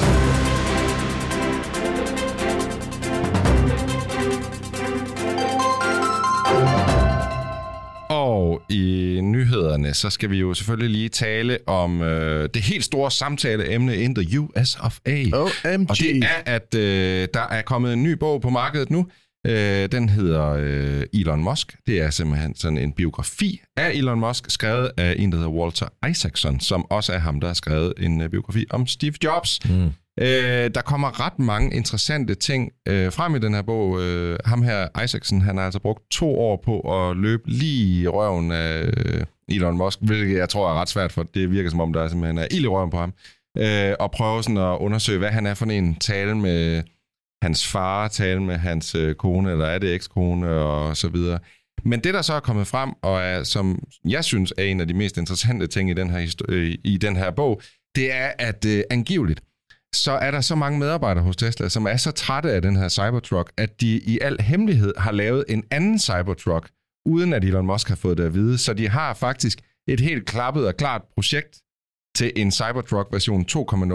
Og i nyhederne, så skal vi jo selvfølgelig lige tale om det helt store samtaleemne in the US of A. OMG. Og det er, at der er kommet en ny bog på markedet nu. Den hedder Elon Musk. Det er simpelthen sådan en biografi af Elon Musk, skrevet af en, der hedder Walter Isaacson, som også er ham, der har skrevet en biografi om Steve Jobs. Der kommer ret mange interessante ting frem i den her bog. Ham her, Isaacson, han har altså brugt 2 år på at løbe lige i røven af Elon Musk, hvilket jeg tror er ret svært, for det virker som om, der simpelthen er ild i røven på ham. Og prøve sådan at undersøge, hvad han er for en, tale med hans far, tale med hans kone, eller er det ekskone, og så videre. Men det, der så er kommet frem, og er, som jeg synes er en af de mest interessante ting i den her bog, det er, at angiveligt, så er der så mange medarbejdere hos Tesla, som er så trætte af den her Cybertruck, at de i al hemmelighed har lavet en anden Cybertruck, uden at Elon Musk har fået det at vide. Så de har faktisk et helt klappet og klart projekt til en Cybertruck version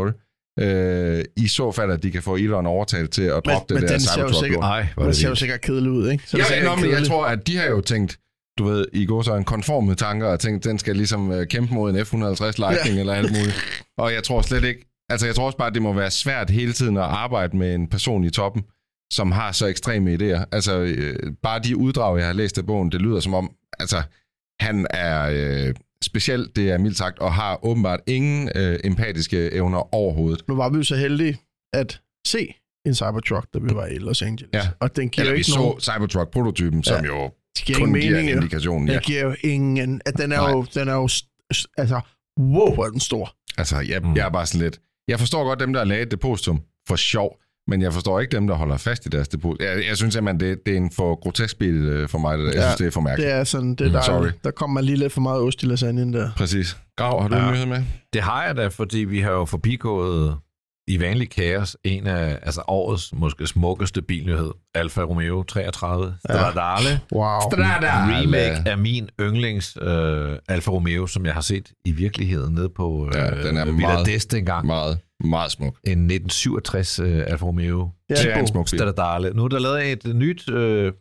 2.0, i så fald, at de kan få Elon overtalt til at droppe det der Cybertruck. Men det ser jo sikkert kedeligt ud, ikke? Så jeg tror, at de har jo tænkt, du ved, i går så en konforme tanker, og tænkt, den skal ligesom kæmpe mod en F-150 Lightning eller alt muligt. Og jeg tror slet ikke, altså jeg tror også bare, at det må være svært hele tiden at arbejde med en person i toppen, som har så ekstreme idéer. Altså bare de uddrag, jeg har læst af bogen, det lyder som om, altså han er specielt, det er mildt sagt, og har åbenbart ingen empatiske evner overhovedet. Nu var vi jo så heldige at se en Cybertruck, da vi var i Los Angeles. Ja. Og den giver eller jo vi ikke nogen... så Cybertruck-prototypen, som jo kun giver indikationen. Den giver jo ingen... At den er jo altså, wow, hvor er den stor. Altså, jeg er bare sådan lidt... Jeg forstår godt dem, der har lavet et depositum for sjov, men jeg forstår ikke dem, der holder fast i deres depot. Jeg synes simpelthen, det er en for grotesk bil for mig. Jeg synes, det er for mærkeligt. Det er sådan, det der kommer lige lidt for meget ost i lasagnen der. Præcis. Grav, har du en nyhed med? Det har jeg da, fordi vi har jo forbigået i vanlig kaos en af årets måske smukkeste bilnyhed. Alfa Romeo 33 Stradale. Wow. Stradale. Remake af min yndlings Alfa Romeo, som jeg har set i virkeligheden nede på den er Villa d'Este engang. Meget, meget smuk. En 1967 Alfa Romeo. Det er en smuk bil. Stradale. Nu er der lavet et nyt...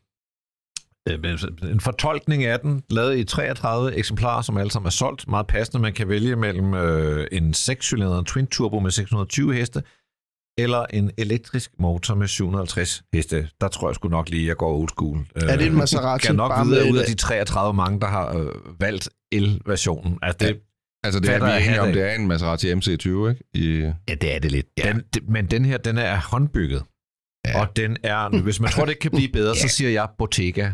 en fortolkning af den, lavet i 33 eksemplarer, som alle sammen er solgt. Meget passende. Man kan vælge mellem en 6-cylinder twin turbo med 620 heste, eller en elektrisk motor med 750 heste. Der tror jeg sgu nok lige, jeg går old school. Er det en Maserati? Kan nok vide ud af de 33 mange, der har valgt el-versionen. Altså, det er vi enige om, det er en Maserati MC20, ikke? Ja, det er det lidt. Ja. Men den her, den er håndbygget. Ja. Og den er, hvis man tror, det kan blive bedre, så siger jeg Bottega.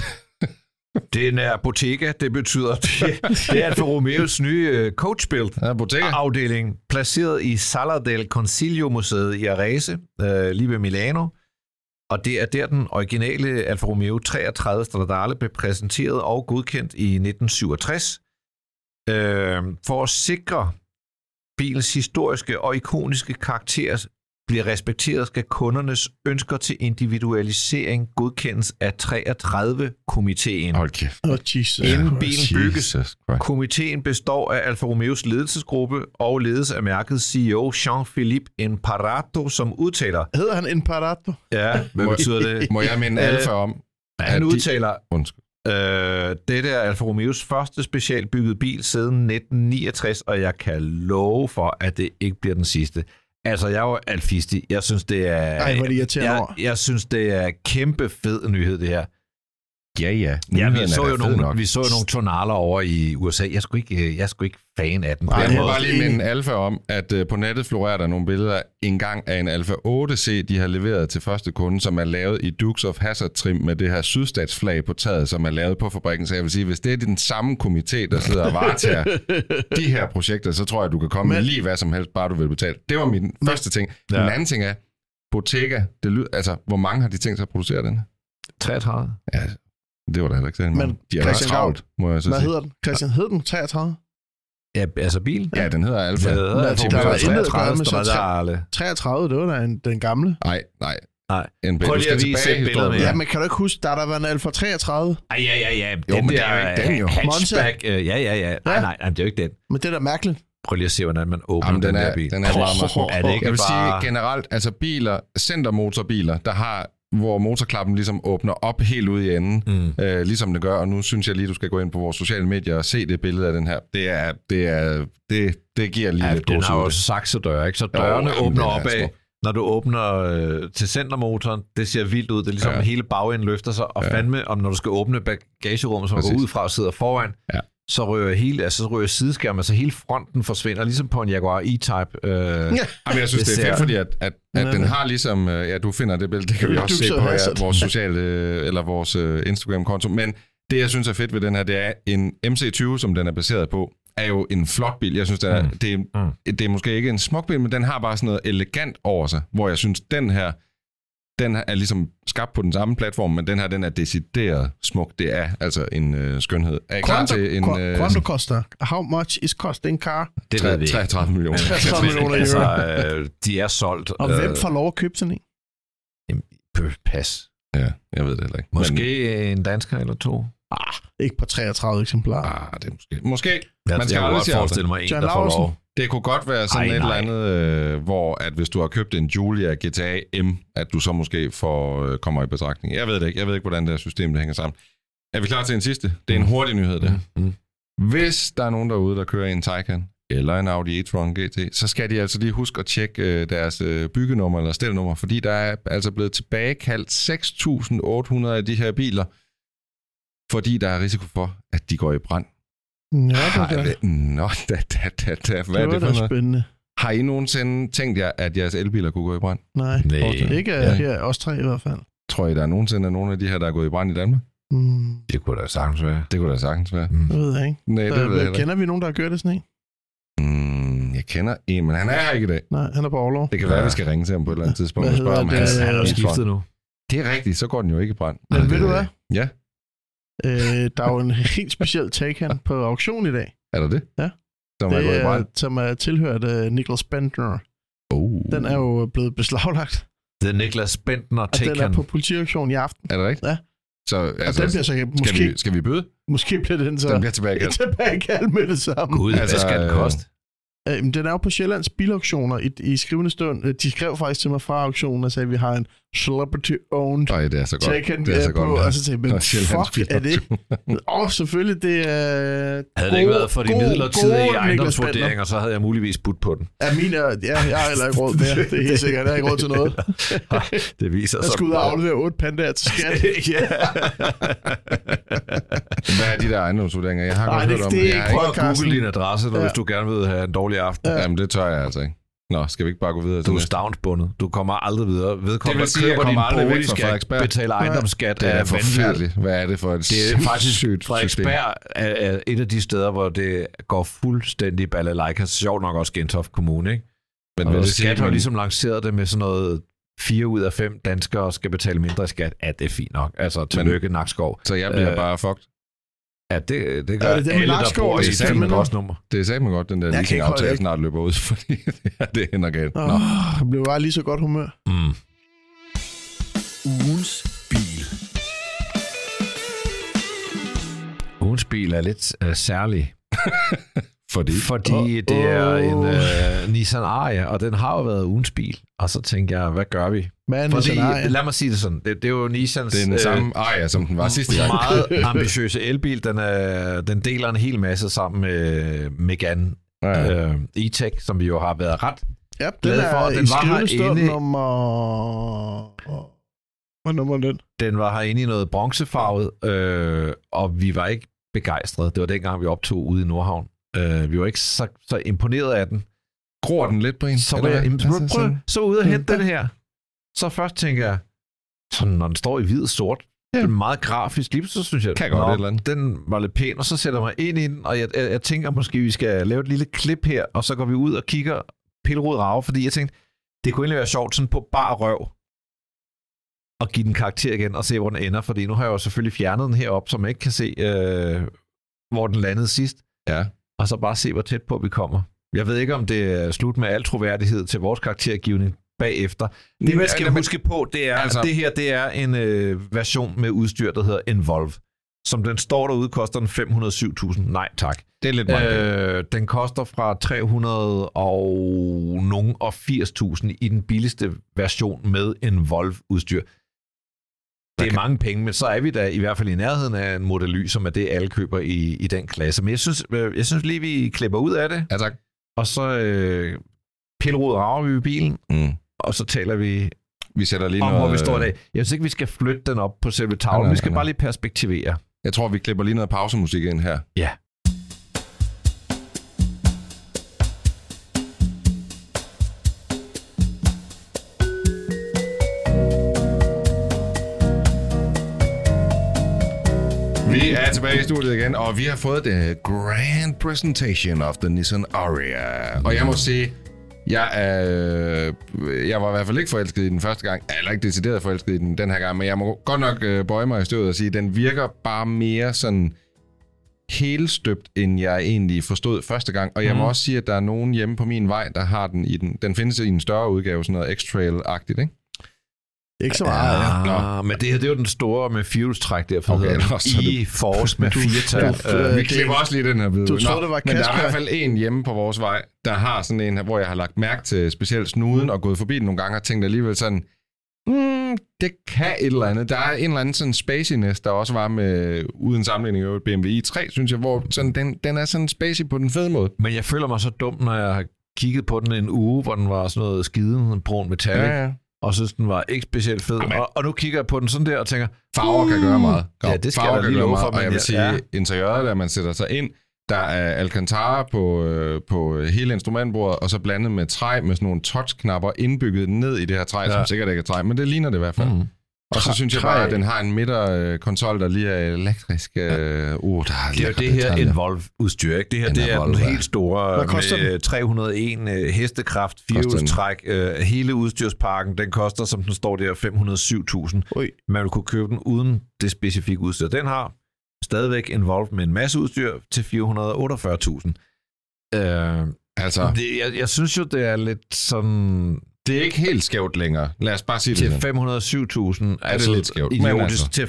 Den er Bottega, det betyder, det er Alfa Romeos nye coachbuild-afdeling, placeret i Sala del Consiglio-museet i Arese, lige ved Milano. Og det er der, den originale Alfa Romeo 33 Stradale blev præsenteret og godkendt i 1967. For at sikre bilens historiske og ikoniske karakter bliver respekteret, skal kundernes ønsker til individualisering godkendes af 33-komiteen. Hold kæft. Inden bilen bygges. Komiteen består af Alfa Romeos ledelsesgruppe og ledes af mærket CEO Jean-Philippe Imparato, som udtaler... Hedder han Imparato? Ja, hvad betyder det? Må jeg minde Alfa om? Han udtaler... Dette er Alfa Romeos første specialbyggede bil siden 1969, og jeg kan love for, at det ikke bliver den sidste. Altså, jeg er jo alfisti. Jeg synes, det er... Ej, hvor er det irriterende jeg synes, det er kæmpe fed nyhed, det her. Ja. Vi så jo nogle tonaler over i USA. Jeg er sgu ikke fan af den. Jeg må bare lige minde Alfa om, at på nettet florerer der nogle billeder engang af en Alfa 8C, de har leveret til første kunde, som er lavet i Dukes of Hazzard trim med det her sydstatsflag på taget, som er lavet på fabrikken. Så jeg vil sige, hvis det er den samme komité, der sidder og varetager de her projekter, så tror jeg, du kan komme med lige hvad som helst, bare du vil betale. Det var min første ting. Den anden ting er, Bottega, hvor mange har de tænkt sig at producere den? 33. Ja, det var da heller ikke det. Men de er ikke travlt, må jeg så sige. Hvad hedder den? Christian, hed den 33? Ja, altså bilen? Ja, den hedder Alfa. Der var 33, det var da den gamle. Nej. Prøv lige at vise et billede med. Ja, men kan du ikke huske, der været en Alfa 33? Ja. Jo, men det er jo ikke den jo. Hatchback. Ja. Nej, det er jo ikke den. Men det er da mærkeligt. Prøv lige at se, hvordan man åbner den her bil. Den er meget smuk. Er det ikke jeg vil sige generelt, altså biler, centermotorbiler, der har, hvor motorklappen ligesom åbner op helt ud i enden, ligesom det gør, og nu synes jeg lige, du skal gå ind på vores sociale medier og se det billede af den her. Det giver lige lidt den har jo saksedøre, ikke? Så dørene åbner op af, når du åbner til centermotoren, det ser vildt ud. Det er ligesom hele bagenden løfter sig, og fandme, om når du skal åbne bagagerummet, som går ud fra og sidder foran, så rører sideskærmen, så hele fronten forsvinder, ligesom på en Jaguar E-Type. Jamen, jeg synes, det er fedt, fordi at den har ligesom... du finder det billede, det kan vi også se på vores sociale, eller vores Instagram-konto, men det, jeg synes er fedt ved den her, det er en MC20, som den er baseret på, er jo en flot bil. Jeg synes, det er måske ikke en smuk bil, men den har bare sådan noget elegant over sig, hvor jeg synes, den er ligesom skabt på den samme platform, men den her, den er decideret smuk. Det er altså en skønhed. Er I klar til en... Quanto koster? How much is costing car? Det ved vi 33 millioner. 33 millioner altså, de er solgt. Og hvem får lov at købe sådan en? Pas. Ja, jeg ved det heller ikke. Måske en dansker eller to. Ikke på 33 eksemplarer. Det er måske. Man skal godt forestille mig en, der får lov. Det kunne godt være sådan et eller andet, hvor at hvis du har købt en Giulia GTA M, at du så måske kommer i betragtning. Jeg ved det ikke. Jeg ved ikke, hvordan det her system det hænger sammen. Er vi klar til en sidste? Det er en hurtig nyhed, det her. Hvis der er nogen derude, der kører en Taycan eller en Audi e-tron GT, så skal de altså lige huske at tjekke deres byggenummer eller stelnummer, fordi der er altså blevet tilbagekaldt 6.800 af de her biler, fordi der er risiko for, at de går i brand. Hvad er det for noget? Spændende. Har I nogensinde tænkt jer, at jeres elbiler kunne gå i brand? Nej. Ikke her, os tre i hvert fald. Tror I, der er nogensinde nogen af de her, der er gået i brand i Danmark? Det kunne da sagtens være. Det ved jeg ikke. Nej, det ved jeg kender vi nogen, der har gjort det sådan en? Jeg kender en, men han er her ikke i dag. Nej, han er på overlov. Det kan være, at vi skal ringe til ham på et eller andet tidspunkt. Han er skiftet nu. Det er rigtigt, så går den jo ikke i brand. Men ved du hvad? Ja. Der er jo en helt speciel Taycan på auktion i dag. Er der det? Ja. Som er tilhørt Niklas Bentner. Den er jo blevet beslaglagt. Det er Niklas Bentner Taycan. Og den er på politiauktion i aften. Er det rigtigt? Ja. Så, altså, den bliver så måske... Skal vi byde? Måske bliver den så... Den bliver tilbagekaldt med det samme. Gud, hvad skal den koste? Den er jo på Sjællands bilauktioner i skrivende stund. De skrev faktisk til mig fra auktionen og sagde, at vi har en celebrity-owned det er så godt. Taycan det er så på. godt. Og så tænkte jeg, fuck er det? Selvfølgelig, det er... Havde det ikke været for de midlertidige ejendomsvurderinger, så havde jeg muligvis budt på den. Ja, jeg har heller ikke råd mere. Det er helt sikkert. Jeg har ikke råd til noget. Det viser sig. Jeg skulle ud og aflevere 8 pandaer til skat. Hvad er de der ejendomsvurderinger? Jeg har godt hørt om det. Prøv at google din adresse, hvis du gerne vil have en dårlig aften. Jamen, det tør jeg altså ikke. Nå, skal vi ikke bare gå videre? Du er stavnsbundet. Du kommer aldrig videre. Vedkommende, der køber din bolig, skal betale ejendomsskat. Det er forfærdeligt. Hvad er det for et det er faktisk Frederiksberg er et af de steder, hvor det går fuldstændig balalaika. Sjovt nok også Gentofte Kommune, ikke? Men det skat har ligesom lanceret det med sådan noget 4 ud af 5 danskere skal betale mindre i skat. Ja, det er fint nok. Altså, tillykke Nakskov. Så jeg bliver bare fucked. Ja, det gør alle, der bor i Salmengårdsnummer. Det er satme godt, den der leasing-aftale snart løber ud, fordi det ender galt. Det blev bare lige så godt humør. Ugens bil. Ugens bil er lidt særlig. Fordi det er en Nissan Ariya, og den har jo været ugens bil. Og så tænker jeg, hvad gør vi? Lad mig sige det sådan. Det er jo Nissans... Det er den samme Ariya, som den var sidste gang. Meget ambitiøse elbil. Den deler en hel masse sammen med Megane E-Tech, som vi jo har været ret glade for. Den var herinde... Hvad nummer den? Den var herinde i noget bronzefarvet, og vi var ikke begejstrede. Det var dengang, vi optog ude i Nordhavn. Vi var ikke så imponeret af den. Gror den lidt på en? Så ud og hente den her. Så først tænker jeg, sådan, når den står i hvid sort, det er meget grafisk. Lige så synes jeg, den var lidt pæn, og så sætter mig ind i den, og jeg tænker måske, vi skal lave et lille klip her, og så går vi ud og kigger pillerod rave, fordi jeg tænkte, det kunne egentlig være sjovt sådan på bar røv og give den karakter igen og se, hvor den ender, fordi nu har jeg jo selvfølgelig fjernet den herop, så man ikke kan se, hvor den landede sidst. Ja. Og så bare se, hvor tæt på vi kommer. Jeg ved ikke, om det er slut med al troværdighed til vores karaktergivning bagefter. Det, man skal huske på, det er, altså, det her det er en version med udstyr, der hedder Envolve. Som den står derude, koster den 507.000. Nej, tak. Det er lidt mange. Den koster fra 380.000 i den billigste version med Envolve-udstyr. Det er mange penge, men så er vi da i hvert fald i nærheden af en Model Y, som er det, alle køber i den klasse. Men jeg synes lige, vi klipper ud af det. Ja, tak. Og så pillerod rager vi i bilen. og så taler vi sætter lige om, noget... hvor vi står i dag. Jeg synes ikke, vi skal flytte den op på selve tavlen. Nej. Vi skal bare lige perspektivere. Jeg tror, vi klipper lige noget pausemusik ind her. Ja. Vi er tilbage i studiet igen, og vi har fået the grand presentation of the Nissan Ariya. Og jeg må sige, jeg var i hvert fald ikke forelsket i den første gang. Eller ikke decideret forelsket i den her gang, men jeg må godt nok bøje mig i støvet og sige, at den virker bare mere sådan helstøbt, end jeg egentlig forstod første gang. Og jeg må også sige, at der er nogen hjemme på min vej, der har den i den. Den findes i en større udgave, sådan noget X-Trail-agtigt, ikke? Ikke så meget, ja. Men det her, det er jo den store med fjulstræk der, for i Force med 4-tal. Vi klipper også lige den her video. Du troede, det var men der er i hvert fald en hjemme på vores vej, der har sådan en her, hvor jeg har lagt mærke til specielt snuden og gået forbi den nogle gange og tænkt alligevel sådan, det kan et eller andet. Der er en eller anden sådan spaciness, der også var med, uden sammenligning med BMW i3, synes jeg, hvor sådan, den er sådan spacey på den fede måde. Men jeg føler mig så dum, når jeg har kigget på den en uge, hvor den var sådan noget skiden brun metallic. Ja. Og synes, den var ikke specielt fed. Og nu kigger jeg på den sådan der og tænker, farver kan gøre meget. Ja, det skal jeg da lige love for. Og jeg vil sige, interiøret, der man sætter sig ind, der er Alcantara på hele instrumentbordet, og så blandet med træ, med sådan nogle touchknapper indbygget ned i det her træ, som sikkert ikke er træ, men det ligner det i hvert fald. Og så synes jeg bare, at den har en midterkonsol, der lige er elektrisk. Det er jo det her Evolve-udstyr, ikke? Det her, det er den helt store med 301 hestekraft, firehjulstræk. Hele udstyrspakken, den koster, som den står der, 507.000. Man vil kunne købe den uden det specifikke udstyr. Den har stadigvæk Evolve med en masse udstyr til 448.000. Jeg synes jo, det er lidt sådan... Det er ikke helt skævt længere. Lad os bare sige til det. Til 507.000. Er det lidt skævt? Idiotisk til 548.000.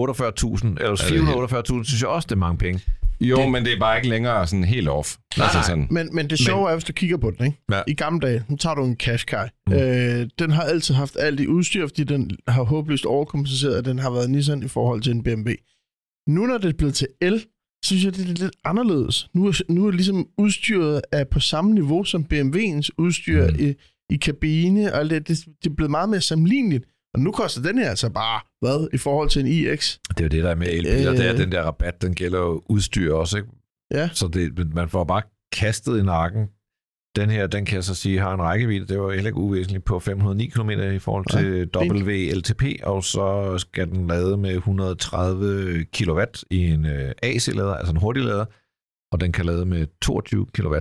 Eller 448.000, synes jeg også, det er mange penge. Jo, men det er bare ikke længere sådan helt off. Nej. Sådan. Men det sjove er, hvis du kigger på den, ikke? Ja. I gamle dage, nu tager du en Qashqai. Den har altid haft alt i udstyr, fordi den har håbløst overkompenseret, at den har været Nissan i forhold til en BMW. Nu når det er blevet til el, synes jeg, det er lidt anderledes. Nu er ligesom udstyret er på samme niveau som BMW'ens udstyr i kabine, og det er blevet meget mere sammenligneligt. Og nu koster den her altså bare, hvad, i forhold til en iX? Det er jo det, der er med elbiler. Det er den der rabat, den gælder jo udstyr også, ikke? Ja. Så man får bare kastet i nakken. Den her, den kan jeg så sige, har en rækkevidde. Det var heller ikke uvæsentligt på 509 km i forhold til WLTP, og så skal den lade med 130 kW i en AC-lader, altså en hurtiglader, og den kan lade med 22 kW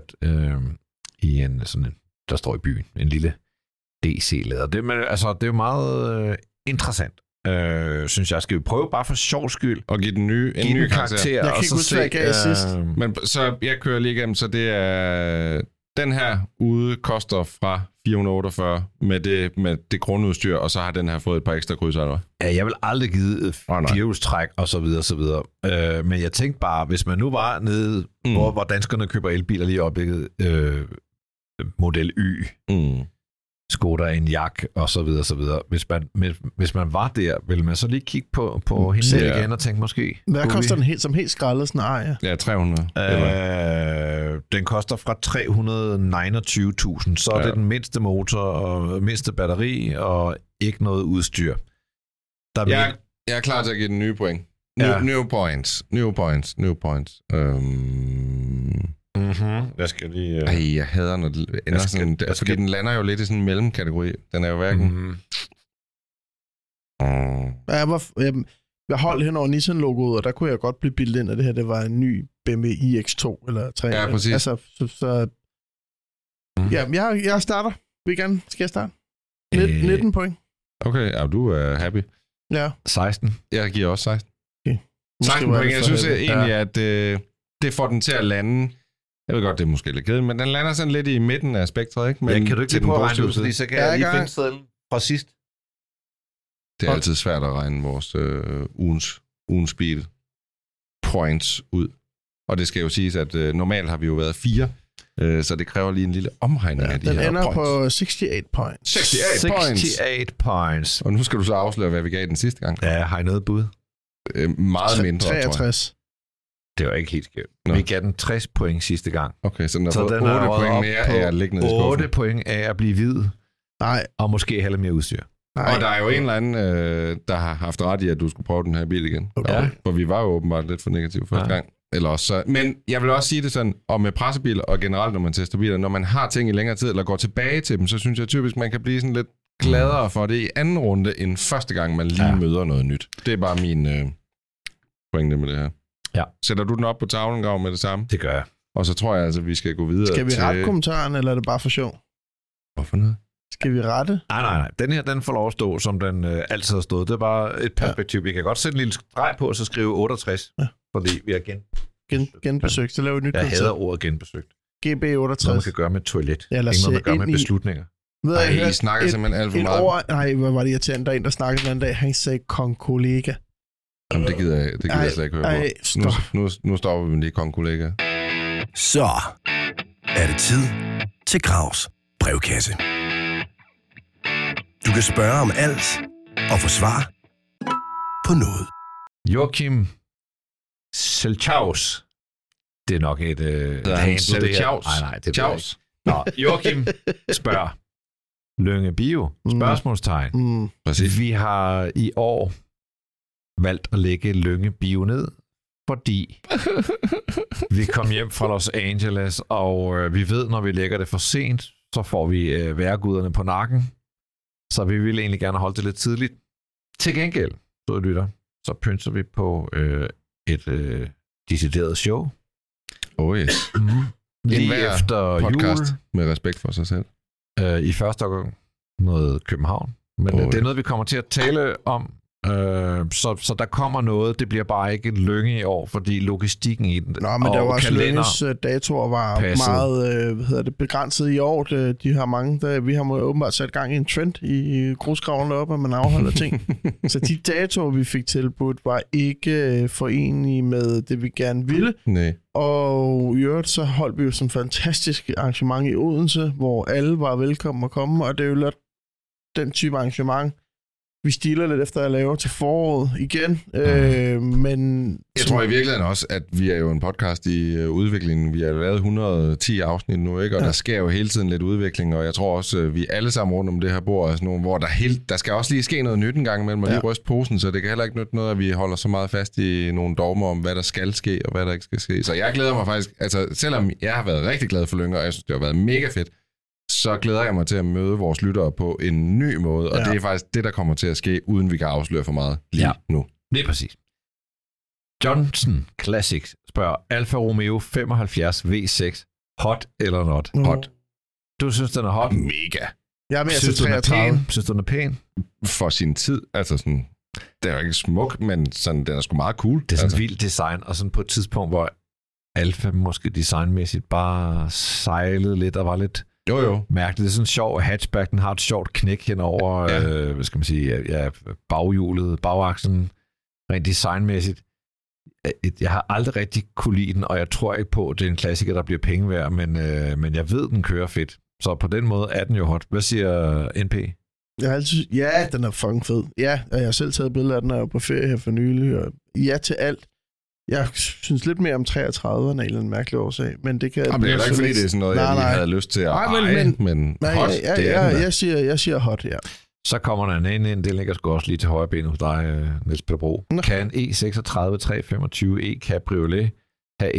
i en sådan en, der står i byen, en lille DC-lader. Det er jo meget interessant. Synes jeg, skal vi prøve bare for sjov skyld og give den en ny karakter. Jeg kan ikke huske, hvad jeg gav sidst. Men så jeg kører lige igennem, så det er den her ude koster fra 448 med det grundudstyr, og så har den her fået et par ekstra krydser. Ja, jeg vil aldrig give firehjulstræk og så videre, så videre. Men jeg tænkte bare, hvis man nu var nede, hvor danskerne køber elbiler lige opbygget, Model Y, Skoda, en Jak og så videre, så videre. Hvis man var der, ville man så lige kigge på hende igen og tænke måske... Hvad koster den helt, som helt skrællet sådan en Ariya? Ja, 300. Den koster fra 329.000, så er det den mindste motor og mindste batteri og ikke noget udstyr. Jeg er klar til at give den nye point. New points. Jeg skal lige... jeg hader, når det ender sådan... Fordi den lander jo lidt i sådan en mellemkategori. Den er jo hverken... Jeg holdt hen over Nissan-logoet, og der kunne jeg godt blive bildet ind, at det her det var en ny BMW iX2 eller 3. Ja, præcis. Altså, jeg starter. Skal jeg starte? 19 point. Okay, du er happy. Ja. 16. Jeg giver også 16. Okay. 16 point. Jeg synes egentlig, at det får den til at lande... Jeg ved godt, det er måske lidt kedeligt, men den lander sådan lidt i midten af spektret, ikke? Men kan du ikke lige prøve at regne ud, fordi så kan jeg lige finde stedet fra sidst? Det er altid svært at regne vores ugens bil points ud. Og det skal jo siges, at normalt har vi jo været 4, så det kræver lige en lille omregning af de her points. Den ender på 68 points. 68 points. Og nu skal du så afsløre, hvad vi gav den sidste gang. Ja, har I noget bud? Meget mindre, 63. Det var ikke helt skævt. Vi gav den 60 point sidste gang. Okay, så den har fået 8 point mere af at ligge nede i skuffen. 8 point af at blive hvid. Nej. Og måske have lidt mere udstyr. Nej. Og der er jo en eller anden, der har haft ret i, at du skulle prøve den her bil igen. Okay. Ja. For vi var jo åbenbart lidt for negative første gang. Eller også så. Men jeg vil også sige det sådan, og med pressebiler og generelt, når man tester biler, når man har ting i længere tid, eller går tilbage til dem, så synes jeg typisk, man kan blive sådan lidt gladere for det i anden runde, end første gang, man lige møder noget nyt. Det er bare min pointe med det her. Ja. Sætter du den op på tavlen, Grav, med det samme? Det gør jeg. Og så tror jeg altså, vi skal gå videre til... Skal vi rette kommentaren, eller er det bare for sjov? Hvorfor noget? Skal vi rette? Nej. Den her, den får lov at stå, som den altid har stået. Det er bare et perspektiv. Vi kan godt sætte en lille streg på, og så skrive 68. Ja. Fordi vi har genbesøgt. Så laver vi et nyt Jeg koncept. hader ordet genbesøgt. GB68. Noget, man kan gøre med toilet. Ja, Ingen noget, man gør med beslutninger. I snakker simpelthen alt for meget. Nej, hvad var det irriterende? Der er en, der snakkede den anden dag. Han sagde kong-kollega. Jamen, det gider jeg slet ikke høre på. Nu stopper vi med det, kong-kollega. Så er det tid til Gravs brevkasse. Du kan spørge om alt og få svar på noget. Joachim Selchaus. Det er nok et handle, det her. Nej, det er ikke. Nå, Joachim spørger. Lynge Bio? Spørgsmålstegn. Præcis. Vi har i år valgt at lægge Lynge Bio ned, fordi vi kom hjem fra Los Angeles, og vi ved, når vi lægger det for sent, så får vi vejrguderne på nakken. Så vi ville egentlig gerne holde det lidt tidligt. Til gengæld, så lytter, så pynser vi på et decideret show. Yes. Lige efter podcast jul. Med respekt for sig selv. I første gang noget København. Men det er noget, vi kommer til at tale om. Så der kommer noget. Det bliver bare ikke Lynge i år, fordi logistikken i den. Nå, men der var også Lynges datoer var meget begrænset i år. De har mange, vi har åbenbart sat gang i en trend i grusgraverne op, at man afholder ting. Så de datoer, vi fik tilbudt, var ikke forenlige med det, vi gerne ville. Nej. Og i øvrigt, så holdt vi jo sådan et fantastisk arrangement i Odense, hvor alle var velkommen at komme, og det er jo lidt den type arrangement, vi stiler lidt efter at lave til foråret igen, men... Jeg tror i virkeligheden også, at vi er jo en podcast i udviklingen. Vi har lavet 110 afsnit nu, ikke? Og der sker jo hele tiden lidt udvikling, og jeg tror også, at vi alle sammen rundt om det her bord er sådan nogle, hvor der skal også lige ske noget nyt en gang imellem, og lige ryste posen, så det kan heller ikke nytte noget, at vi holder så meget fast i nogle dogmer om, hvad der skal ske, og hvad der ikke skal ske. Så jeg glæder mig faktisk, altså selvom jeg har været rigtig glad for Lynge, og jeg synes, det har været mega fedt, så glæder jeg mig til at møde vores lyttere på en ny måde, og det er faktisk det, der kommer til at ske, uden vi kan afsløre for meget lige nu. Det er præcis. Johnson Classic spørger, Alfa Romeo 75 V6, hot eller not? Hot. Du synes, den er hot? Mega. Jeg er mere til 33. Synes du, den er pæn? For sin tid, altså sådan, det er jo ikke smuk, men sådan, den er sgu meget cool. Det er sådan vildt design, og sådan på et tidspunkt, hvor Alfa måske designmæssigt bare sejlede lidt, og var lidt mærkeligt. Det er sådan en sjov hatchback, den har et sjovt knæk henover, hvad skal man sige, baghjulet, bagaksen, rent designmæssigt. Jeg har aldrig rigtig kunne lide den, og jeg tror ikke på, at det er en klassiker, der bliver penge værd, men jeg ved, den kører fedt. Så på den måde er den jo hot. Hvad siger NP? Den er fucking fed. Ja, jeg har selv taget billeder af den, og jeg var på ferie her for nylig, og ja til alt. Jeg synes lidt mere om 33'erne af en mærkelig årsag, men det kan... Jamen, det er ikke, fordi det er sådan noget, jeg lige havde lyst til at eje, men hot, det er den der. Jeg siger hot, ja. Så kommer der en anden ind, det ligger sgu også lige til højre ben hos dig, Niels Peter Bro. Kan E36 325e Cabriolet have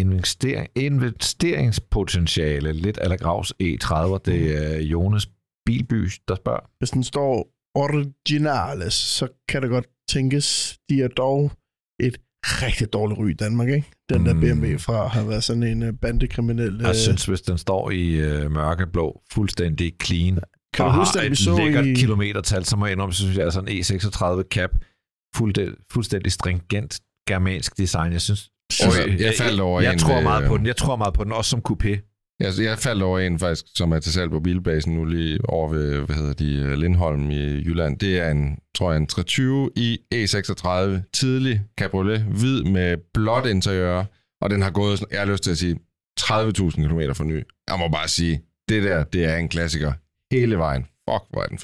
investeringspotentiale, lidt a la Gravs E30? Det er Jonas Bilby, der spørger. Hvis den står originales, så kan det godt tænkes, de er dog et rigtig dårligt ry i Danmark, ikke? Den der BMW fra har været sådan en bandekriminel... Jeg synes, hvis den står i mørkeblå, fuldstændig clean, kan du huske, at vi så lækkert kilometertal, så må jeg indrømme, synes jeg, altså en E36 Cap, fuldstændig stringent germansk design. Jeg synes... Jeg tror meget på den. Jeg tror meget på den, også som coupé. Jeg faldt over en faktisk, som er til salg på Bilbasen nu lige over ved, Lindholm i Jylland. Det er en 320 i E36, tidlig cabriolet, hvid med blåt interiør, og den har gået, jeg har lyst til at sige, 30.000 km for ny. Jeg må bare sige, det er en klassiker hele vejen. Fuck, hvor er den fed.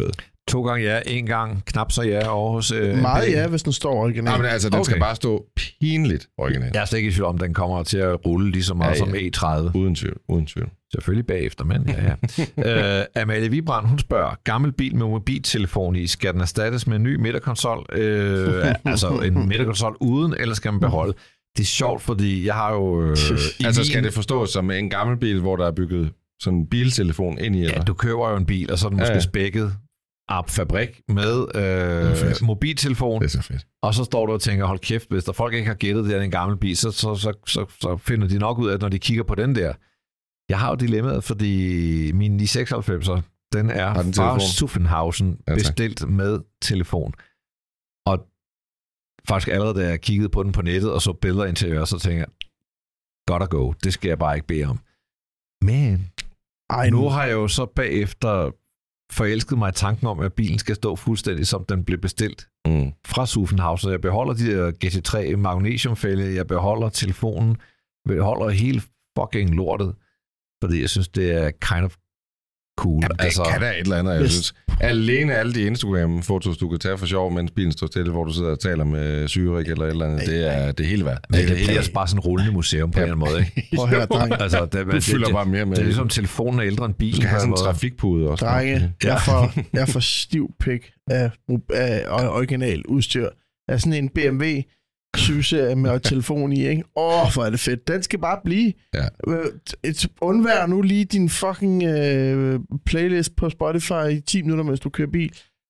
2 gange ja, 1 gang knap så ja over hos... Meget MB. ja, hvis den står originalt. Nej, men altså, den skal bare stå pinligt originalt. Jeg er slet ikke i tvivl om, den kommer til at rulle lige så meget som E30. Uden tvivl. Selvfølgelig bagefter, men ja. Amalie Vibrand, hun spørger, gammel bil med mobiltelefon i, skal den erstattes med en ny midterkonsol? Altså en midterkonsol uden, eller skal man beholde? Det er sjovt, fordi jeg har jo... skal det forstås som en gammel bil, hvor der er bygget sådan en biltelefon ind i? Eller? Ja, du køber jo en bil, og så er den måske spækket op fabrik med mobiltelefon. Det er så fedt. Og så står du og tænker, hold kæft, hvis der folk ikke har gættet, det er en gammel bil, så finder de nok ud af, når de kigger på den der. Jeg har jo dilemmaet, fordi min 996'er, den er fra Zuffenhausen bestilt med telefon. Og faktisk allerede, da jeg kiggede på den på nettet og så billeder interiør, så tænker jeg, godt at go, det skal jeg bare ikke bede om. Men nu har jeg jo så bagefter forelsket mig i tanken om, at bilen skal stå fuldstændig, som den blev bestilt fra Zuffenhausen. Jeg beholder de der GT3 magnesiumfælde, jeg beholder telefonen, jeg beholder hele fucking lortet, fordi jeg synes, det er kind of cool. Jamen, det kan da et eller andet, jeg synes. Alene alle de Instagram-fotos, du kan tage for sjov, mens bilen står stille, hvor du sidder og taler med Zürich eller et eller andet, det er hele værd. Men det er bare sådan en rullende museum på en eller anden måde, ikke? Prøv at høre, drenge. Altså, du fylder bare mere med. Det er ligesom telefonen er ældre end bilen. Du skal have sådan en trafikpude også. Drenge, jeg er for stiv pik af original udstyr. Af sådan en BMW 7-serie med telefon i, ikke? Hvor er det fedt. Den skal bare blive. Ja. Undvær nu lige din fucking playlist på Spotify i 10 minutter, mens du kører bil.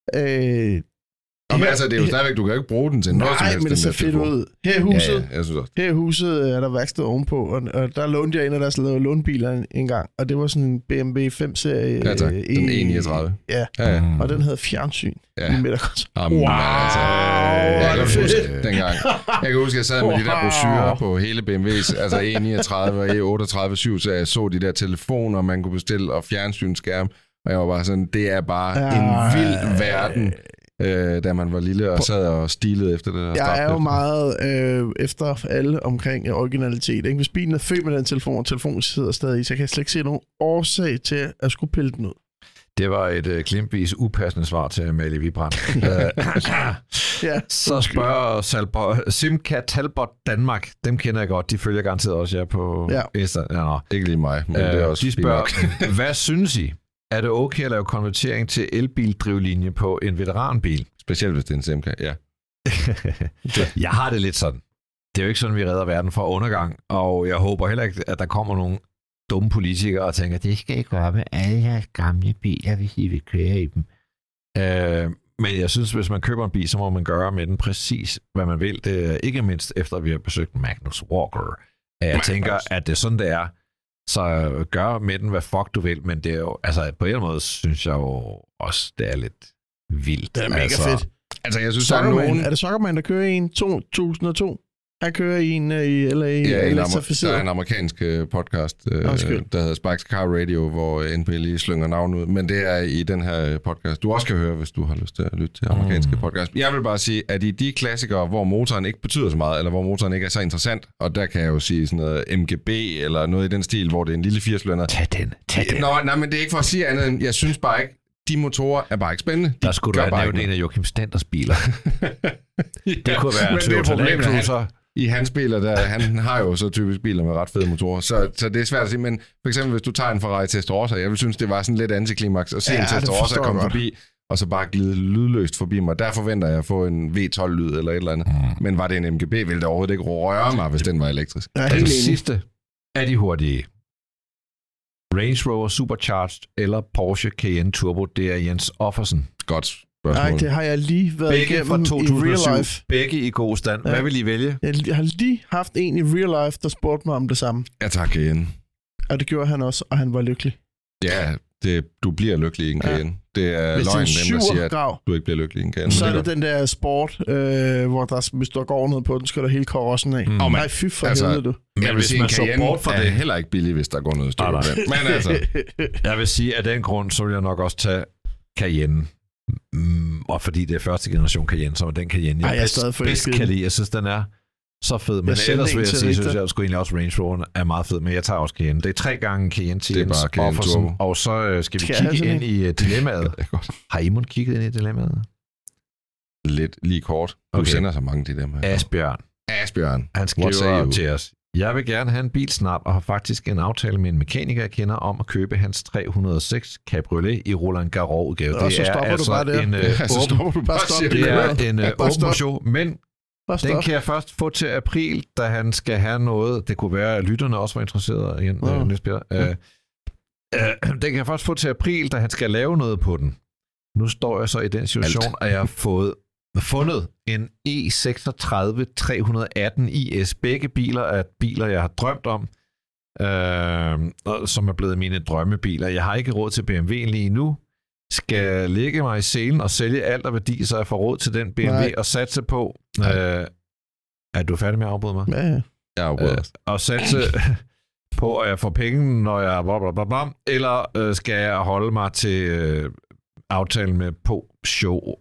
Men altså, det er jo stadigvæk, du kan jo ikke bruge den til noget som helst. Nej, men det ser fedt ud. Her i huset er der værksted ovenpå, og der lånte jeg en af deres lånbiler en gang, og det var sådan en BMW 5-serie. Ja, tak. Den E39. Ja, og den havde fjernsyn i midterkonsol. Jeg kan huske dengang. Jeg kan huske, at jeg sad med de der brochurer på hele BMW's, altså E39 og E38 så jeg så de der telefoner, man kunne bestille, og fjernsynsskærm, og jeg var bare sådan, det er bare en vild verden. Da man var lille og sad og stilede efter det der. Jeg er jo meget efter alle omkring originalitet. Ikke? Hvis bilen er født med den telefon, og telefonen sidder stadig i, så kan jeg slet ikke se nogen årsag til at skulle pille den ud. Det var et klimpvis upassende svar til Amalie Vibrand. Så spørger Simca Talbot Danmark. Dem kender jeg godt. De følger garanteret også på Insta. Ikke lige mig, men det er også de spørger, hvad synes I? Er det okay at lave konvertering til elbildrivlinje på en veteranbil? Specielt hvis det er en Simca, ja. Jeg har det lidt sådan. Det er jo ikke sådan, vi redder verden fra undergang, og jeg håber heller ikke, at der kommer nogle dumme politikere og tænker, det skal ikke gøre med alle jeres gamle biler, hvis I vil køre i dem. Men jeg synes, hvis man køber en bil, så må man gøre med den præcis, hvad man vil. Det er ikke mindst efter, at vi har besøgt Magnus Walker. Jeg tænker, at det er sådan, det er. Så gør med den, hvad fuck du vil, men det er jo, altså på en eller anden måde, synes jeg jo også, det er lidt vildt. Det er mega fedt. Altså, jeg synes, er det Zuckerman, der kører i en 2002? Jeg kører i en i LA. Ja, der er en amerikansk podcast, der hedder Spikes Car Radio, hvor NP lige slynger navn ud. Men det er i den her podcast, du også kan høre, hvis du har lyst til at lytte til amerikanske podcast. Jeg vil bare sige, at i de klassikere, hvor motoren ikke betyder så meget, eller hvor motoren ikke er så interessant, og der kan jeg jo sige sådan noget MGB, eller noget i den stil, hvor det er en lille 80-cylinder. Tag den. Nej, men det er ikke for at sige andet end, jeg synes bare ikke, de motorer er bare ikke spændende. Der skulle du have nævnt en af Joachim Stenders biler. Det kunne være en Toyota Land Cruiser. I hans biler, der, han har jo så typisk biler med ret fede motorer, så det er svært at sige, men for eksempel hvis du tager en Ferrari Testarossa, jeg vil synes, det var sådan lidt antiklimaks at se en Testarossa komme forbi, og så bare glide lydløst forbi mig. Der forventer jeg at få en V12-lyd eller et eller andet. Men var det en MGB, ville det overhovedet ikke røre mig, hvis den var elektrisk. Den sidste er de hurtige. Range Rover Supercharged eller Porsche Cayenne Turbo, det er Jens Offersen. Godt. Nej, det har jeg lige været igennem i real life. Begge i god stand. Hvad vil I vælge? Jeg har lige haft en i real life, der spurgte mig om det samme. Jeg tager Cayenne. Og det gjorde han også, og han var lykkelig. Ja, du bliver lykkelig i en Cayenne. Det er løgn, dem der siger, at du ikke bliver lykkelig i en Cayenne. Så er det den der sport, hvor der, hvis du går ned på den, skal der hele karossen af. Nej, fy for helvede, du. Men hvis en Cayenne er det heller ikke billigt, hvis der går noget stykke på den. Men altså. Jeg vil sige, at af den grund, så vil jeg nok også tage Cayenne. Og fordi det er første generation Cayenne, så er den Cayenne, jeg bedst kan lide. Jeg synes, den er så fed. Men ellers vil jeg sige, synes jeg sgu egentlig også Range Rover er meget fed, men jeg tager også Cayenne. Det er 3 gange Cayenne til Jens Offersen, og så skal vi kigge ind i dilemmaet. Har I kigget ind i dilemmaet? Lidt lige kort. Du sender så mange dilemmaer. Asbjørn. Han skriver til os. Jeg vil gerne have en bil snart, og har faktisk en aftale med en mekaniker, jeg kender, om at købe hans 306 Cabriolet i Roland Garros-udgave. Det er altså en åben motion, men den kan jeg først få til april, da han skal have noget. Det kunne være, at lytterne også var interesserede i den kan jeg først få til april, da han skal lave noget på den. Nu står jeg så i den situation, at jeg har fundet en E36 318 IS. Begge biler er biler, jeg har drømt om, som er blevet mine drømmebiler. Jeg har ikke råd til BMW lige nu. Skal lægge mig i selen og sælge alt af værdi, så jeg får råd til den BMW og satse på... er du færdig med at afbryde mig? Ja. Jeg afbryder. Og satse på, at jeg får penge, når jeg... Blablabla, eller skal jeg holde mig til aftalen med Peugeot?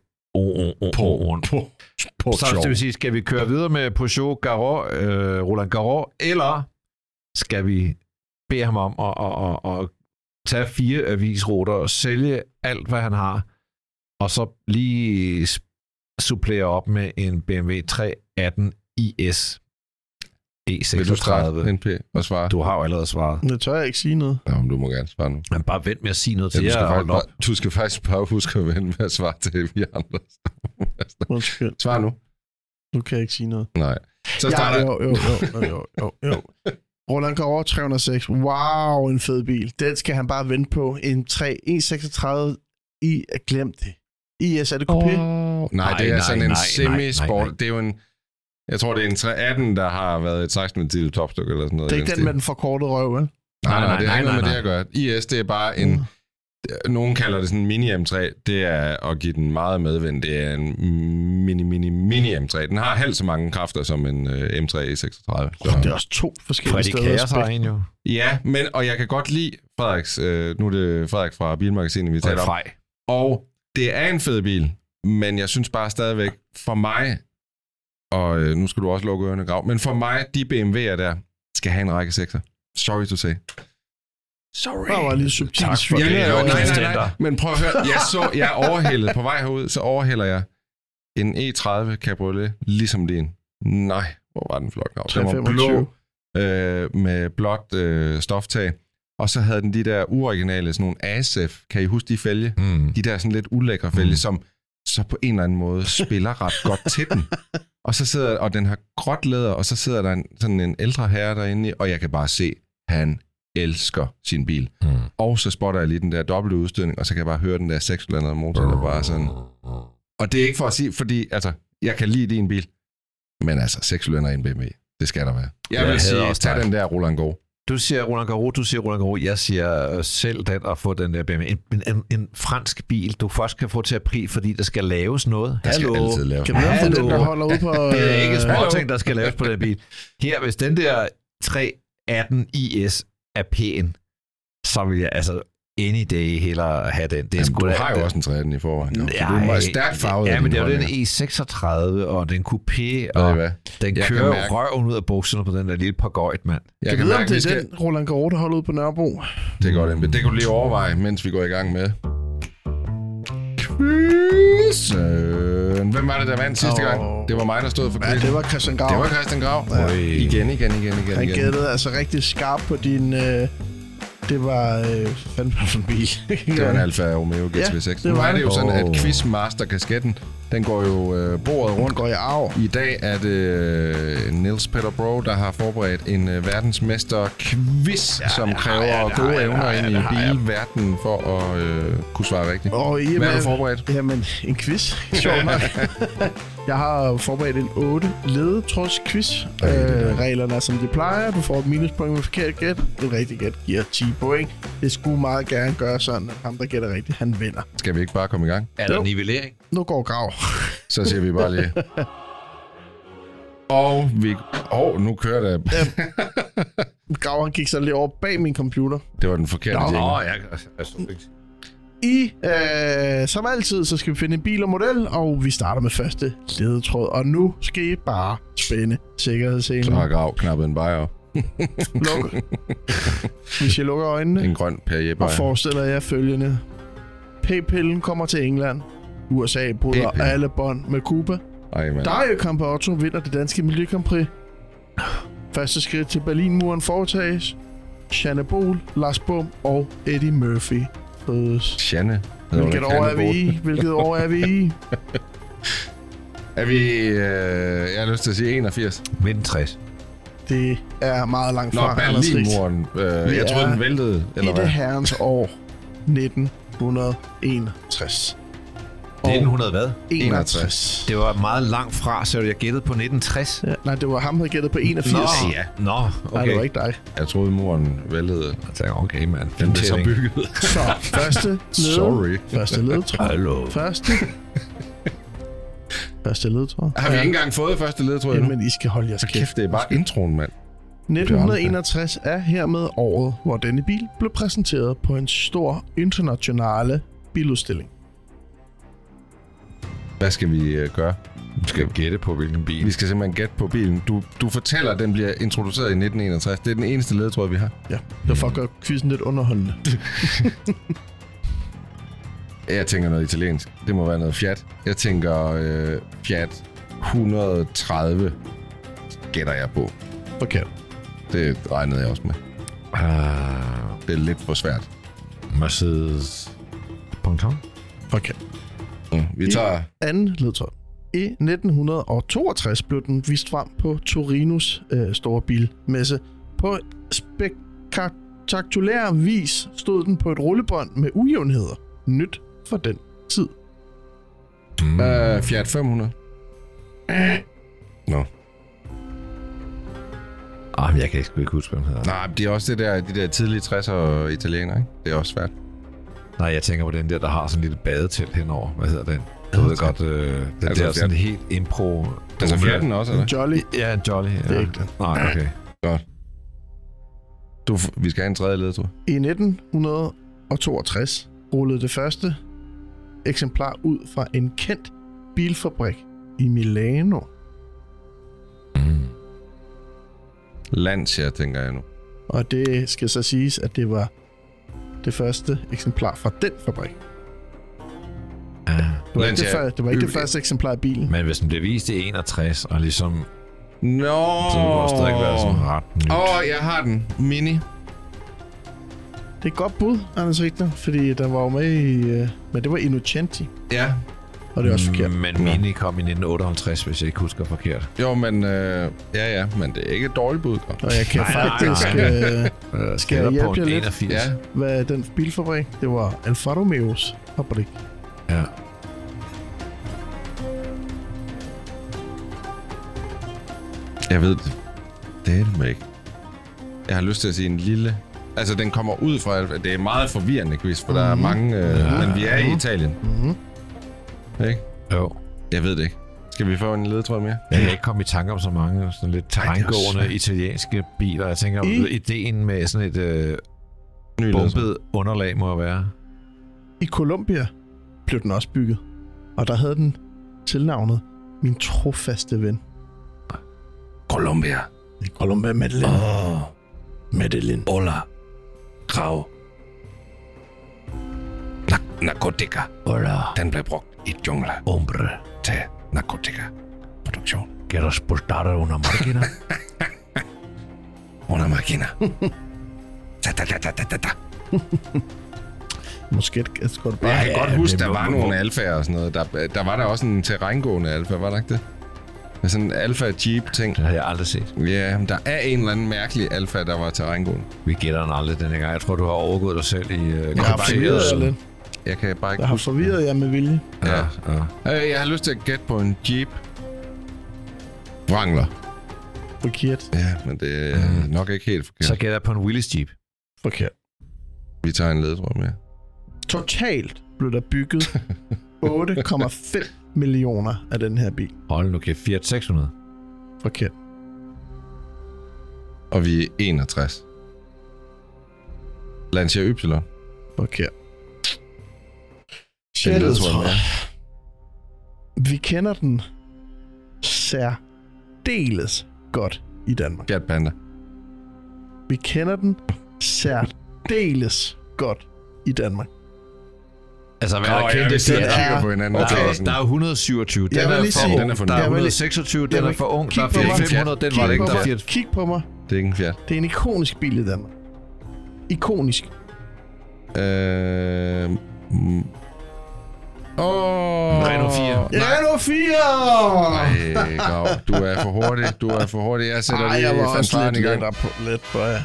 Så det vil sige, skal vi køre videre med Peugeot Garros, Roland Garros, eller skal vi bede ham om at tage 4 avisruter og sælge alt, hvad han har, og så lige supplere op med en BMW 318 IS E36. Vil du starte, NP, og svare? Du har jo allerede svaret. Det tør jeg ikke sige noget. Ja, men du må gerne svare nu. Men bare vent med at sige noget til Du skal faktisk bare huske at vente med at svare til vi andre. Svar nu. Nu kan jeg ikke sige noget. Nej. Så starter Jo. Roland Garros 306. Wow, en fed bil. Den skal han bare vente på. En 136 i er glemt det. IS, er det coupé? Nej, det er sådan en semi-sport. Det er jo en... Jeg tror, det er en 318, der har været et 16-ventilet topstykke eller sådan noget. Det er ikke den med den forkortede røv, vel? Nej, det har ikke noget med det at gøre. IS, det er bare en... Nogen kalder det sådan en mini-M3. Det er at give den meget medvind. Det er en mini-M3. Den har halvt så mange kræfter som en M3 E36. Det er også 2 forskellige steder. Jo. Ja, og jeg kan godt lide Frederiks... nu er det Frederik fra Bilmagasinet, vi taler om. Og det er en fed bil, men jeg synes bare stadigvæk, for mig... Og nu skal du også lukke ørerne Grav. Men for mig, de BMW'er der, skal have en række 6'er. Sorry to say. Sorry. Der var lige subtilt sving. Nej. Men prøv at høre. Jeg overhældede på vej herud, så overhælder jeg en E30 Cabriolet, ligesom din. Nej, hvor var den flot. Den var blå med blåt stoftag. Og så havde den de der uoriginale, sådan nogle ASF. Kan I huske de fælge? De der sådan lidt ulækre fælge, som så på en eller anden måde spiller ret godt til den. Og den har gråt læder, og så sidder der sådan en ældre herre derinde, og jeg kan bare se, han elsker sin bil. Og så spotter jeg lige den der dobbelte udstødning, og så kan jeg bare høre den der 6-cylinder motor, der bare sådan... Og det er ikke for at sige, fordi altså, jeg kan lide din bil, men altså 6-cylinder i en BMW, det skal der være. Jeg vil sige, tag den der Roland Garros. Du siger Roland Garros, jeg siger selv den at få den der BMW. En fransk bil, du først kan få til april, fordi der skal laves noget. Der skal altid laves. Kan man få den, der holder ud på... Det er ikke småting, der skal laves på den bil. Her, hvis den der 318 IS er pæn, så vil jeg altså any day hellere have den. Det er du har jo også en 318 i forvejen. Du er meget stærkt farvet. Ja, men det er jo den E36, og den coupé, og den kører røven ud af bukserne på den der lille Pagøjt, mand. Jeg kan vide, om det er den Roland Garros, der holder ud på Nørrebro. Det er godt, det kan du lige overveje, mens vi går i gang med quizzen. Hvem var det, der vandt sidste gang? Det var mig, der stod for quizzen. Ja, det var Christian Grav. Ja. Igen. Han gættede altså rigtig skarpt på din... Det var fandme en bil. Det var en Alfa Romeo GTV6. Nu er det jo sådan, at Quizmaster-kasketten, den går jo bordet rundt. Går i arv. I dag er det Niels Peter Bro, der har forberedt en verdensmester-quiz, som kræver gode evner ind i bilverdenen for at kunne svare rigtigt. Hvad har du forberedt? Jamen, en quiz. Sjovt nok. Jeg har forberedt en 8 ledetråds-quiz. Reglerne er, som de plejer. Du får et minuspoint med forkert gæt. En rigtig gæt giver 10 point. Det skulle meget gerne gøre sådan, at ham, der gætter rigtigt, han vinder. Skal vi ikke bare komme i gang? Er der nivellering? Nu går Grav. Så siger vi bare lige. Og nu kører det. Grav, han gik så lige over bag min computer. Det var den forkerte ting. Som altid, så skal vi finde en bil og model, og vi starter med første ledetråd. Og nu skal I bare spænde sikkerhedsselen. Så har Grav knappet en bajer op. Luk. Hvis jeg lukker øjnene En grøn Perrier-bajer. og forestiller jer følgende. P-pillen kommer til England. USA bryder P-pillen. alle bånd med Cuba. Ej, mand. Dario Campeotto vinder det danske Melodi Grand Prix. Første skridt til Berlinmuren foretages. Janne Bohl, Lars Bum og Eddie Murphy fødes. Janne. Hvilket år er vi i? Hvilket år er vi i? Er vi... jeg har lyst til at sige 81. 1960. Det er meget langt Nå, fra. Anders Riis. Berlinmuren. Vi Jeg troede, er den væltede, I eller det hvad? herrens år 1961. Og 1900 hvad? 61. Det var meget langt fra, så jeg gættede på 1960. Ja, nej, det var ham, der gættede på 81. Ja. Nå, Nej, okay. det var ikke dig. Jeg troede, muren væltede. Jeg tænkte, okay, mand. Den blev så bygget. Så, første led. Sorry. Første ledetråd. Hallo. Første ledetråd. Har vi ikke engang fået første ledetråd endnu? Jamen, I skal holde jeres Så kæft. kæft, det er bare introen, mand. 1961 er hermed året, hvor denne bil blev præsenteret på en stor internationale biludstilling. Hvad skal vi gøre? Du skal gætte på, hvilken bil. Vi skal simpelthen gætte på bilen. Du fortæller, at den bliver introduceret i 1961. Det er den eneste ledetråd, vi har. Ja, det var for at gøre quizzen lidt underholdende. Jeg tænker noget italiensk. Det må være noget Fiat. Jeg tænker Fiat 130 gætter jeg på. Forkert. Det regnede jeg også med. Det er lidt for svært. Mercedes Ponton. Forkert. Vi tager... Anden ledtråd. I 1962 blev den vist frem på Torinos store bilmesse. På spektakulær vis stod den på et rullebånd med ujævnheder. Nyt for den tid. Fiat 500. Nå. Men jeg kan ikke huske, hvad den hedder. Nej, det er også de der tidlige 60'er italienere, ikke? Det er også svært. Nej, jeg tænker på den der har sådan en lille badetelt henover. Hvad hedder den? Du ved godt, den Altså der Fiat. sådan helt impro... Altså Fiat'en også, eller? Jolly. Ja, en Jolly. Ja. Det er ikke den. Nej, okay. Godt. Vi skal have en tredje ledetråd. I 1962 rullede det første eksemplar ud fra en kendt bilfabrik i Milano. Lancia, tænker jeg nu. Og det skal så siges, at det var det første eksemplar fra den fabrik. Det var ikke, det var ikke det første eksemplar af bilen. Men hvis den blev vist i 61, og ligesom... Nå! Så det må stadig være sådan ret nyt. Jeg har den. Mini. Det er et godt bud, Anders Richter, fordi der var jo med i... men det var Innocenti, Ja. og det er også forkert. Men Mini kom i 1958, hvis jeg ikke husker forkert. Jo, men... ja, men det er ikke et dårligt bud, Grav. Og jeg kan faktisk... skal jeg hjælpe jer lidt? 81. Ja. Hvad er den bilfabrik? Det var Alfa Romeos fabrik. Ja. Jeg ved det. Det er det ikke. Jeg har lyst til at sige en lille... Altså, den kommer ud fra... Det er meget forvirrende quiz, for der er mange... men vi er i Italien. Ikke? Jo. Jeg ved det ikke. Skal vi få en ledetråd mere? Jeg kan ikke komme i tanke om så mange sådan lidt terrængående italienske biler. Jeg tænker, ideen med sådan et Ny ledetråd. bumpet underlag må være... I Colombia blev den også bygget, og der havde den tilnavnet Min trofaste ven. Colombia. I Colombia, Medellin. Medellin. Hola. Grav. Narkotika. Hola, Den blev brugt i jungler hombre. til narkotika-produktion. ¿Quieres portar una máquina? Under markiner. Måske skal du bare... Jeg kan godt Ja, huske, det der var må- nogle alfaer og sådan noget. Der var der også en terrængående alfa, var der ikke det? Med sådan en alfa-jeep-ting. Det har jeg aldrig set. Ja, men der er en eller anden mærkelig alfa, der var terrængående. Vi gætter den aldrig denne gang. Jeg tror, du har overgået dig selv i Jeg har forvirret jer lidt. Jeg kan bare ikke Jeg har huske. forvirret jer med vilje. Ja. Jeg har lyst til at gætte på en Jeep Wrangler. Forkert. Ja, men det er nok ikke helt forkert. Så gætter jeg på en Willys Jeep. Forkert. Vi tager en ledetråd mere. Totalt blev der bygget 8,5 millioner af den her bil. Hold nu kæft, Fiat 600. Forkert. Og vi er 61. Lancia Y. Forkert. ledetråd. Vi kender den særdeles godt i Danmark. Fiat Panda. Vi kender den særdeles godt i Danmark. Altså, hvad der kendte, det kigger på hinanden. Okay, der er 127. Den er for ung. Der er 126. Den er for ung. Der er 500. Den var det ikke. Der er 80. Kig på mig. Det er ikke en Fiat. Det er en ikonisk bil i Danmark. Ikonisk. Renault 4. Renault 4! Nej, Grav. Du er for hurtig. Jeg sætter lige jeg var også fanfaren i gang. lidt på jer.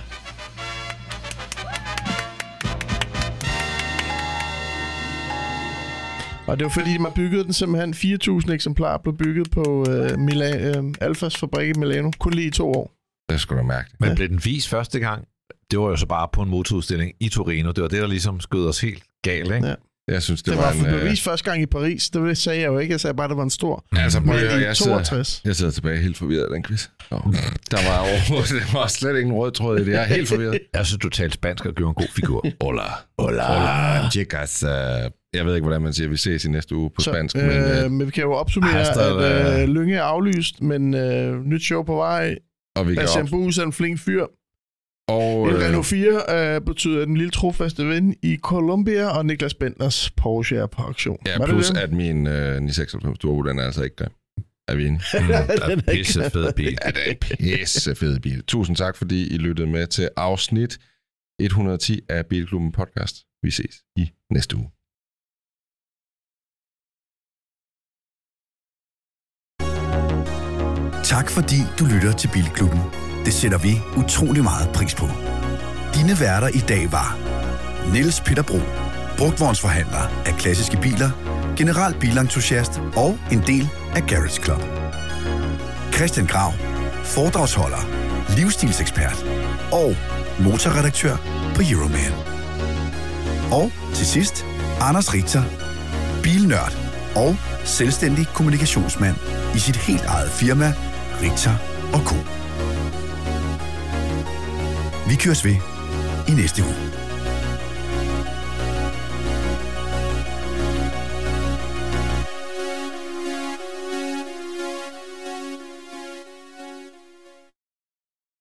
Og det var fordi, man byggede den simpelthen 4.000 eksemplarer, blev bygget på Alfas fabrik i Milano. Kun lige i 2 år. Det er sgu da mærkeligt. Men blev den vist første gang? Det var jo så bare på en motorudstilling i Torino. Det var det, der ligesom skød os helt galt, ikke? Ja. Jeg synes, det var vist første gang i Paris. Det sagde jeg jo ikke. Jeg sagde bare, det var en stor. Altså, jeg sidder tilbage helt forvirret af den quiz. Der var slet ingen rød tråd i det. Jeg er helt forvirret. Jeg synes, du talte spansk og gjorde en god figur. Hola, chicas. Jeg ved ikke, hvordan man siger, vi ses i næste uge på spansk. Men vi kan jo opsummere, at Lynge er aflyst, men nyt show på vej. Og vi Bastian Buus er en flink fyr. Og en Renault 4 betyder den lille trofaste ven i Colombia, og Niklas Bentners Porsche er på auktion. Ja, plus at min 996 Turbo, den er altså ikke grim. Er vi enige? Det er en pissefed bil. Ja, det er en pissefed bil. Tusind tak, fordi I lyttede med til afsnit 110 af Bilklubben podcast. Vi ses i næste uge. Tak fordi du lytter til Bilklubben. Det sætter vi utrolig meget pris på. Dine værter i dag var Niels Peter Bro, brugtvognsforhandler af klassiske biler, general bilentusiast og en del af Garage Club. Christian Grav, foredragsholder, livsstilsekspert og motorredaktør på Euroman. Og til sidst, Anders Richter, bilnørd og selvstændig kommunikationsmand i sit helt eget firma, Richter & Co. Vi køres ved i næste uge.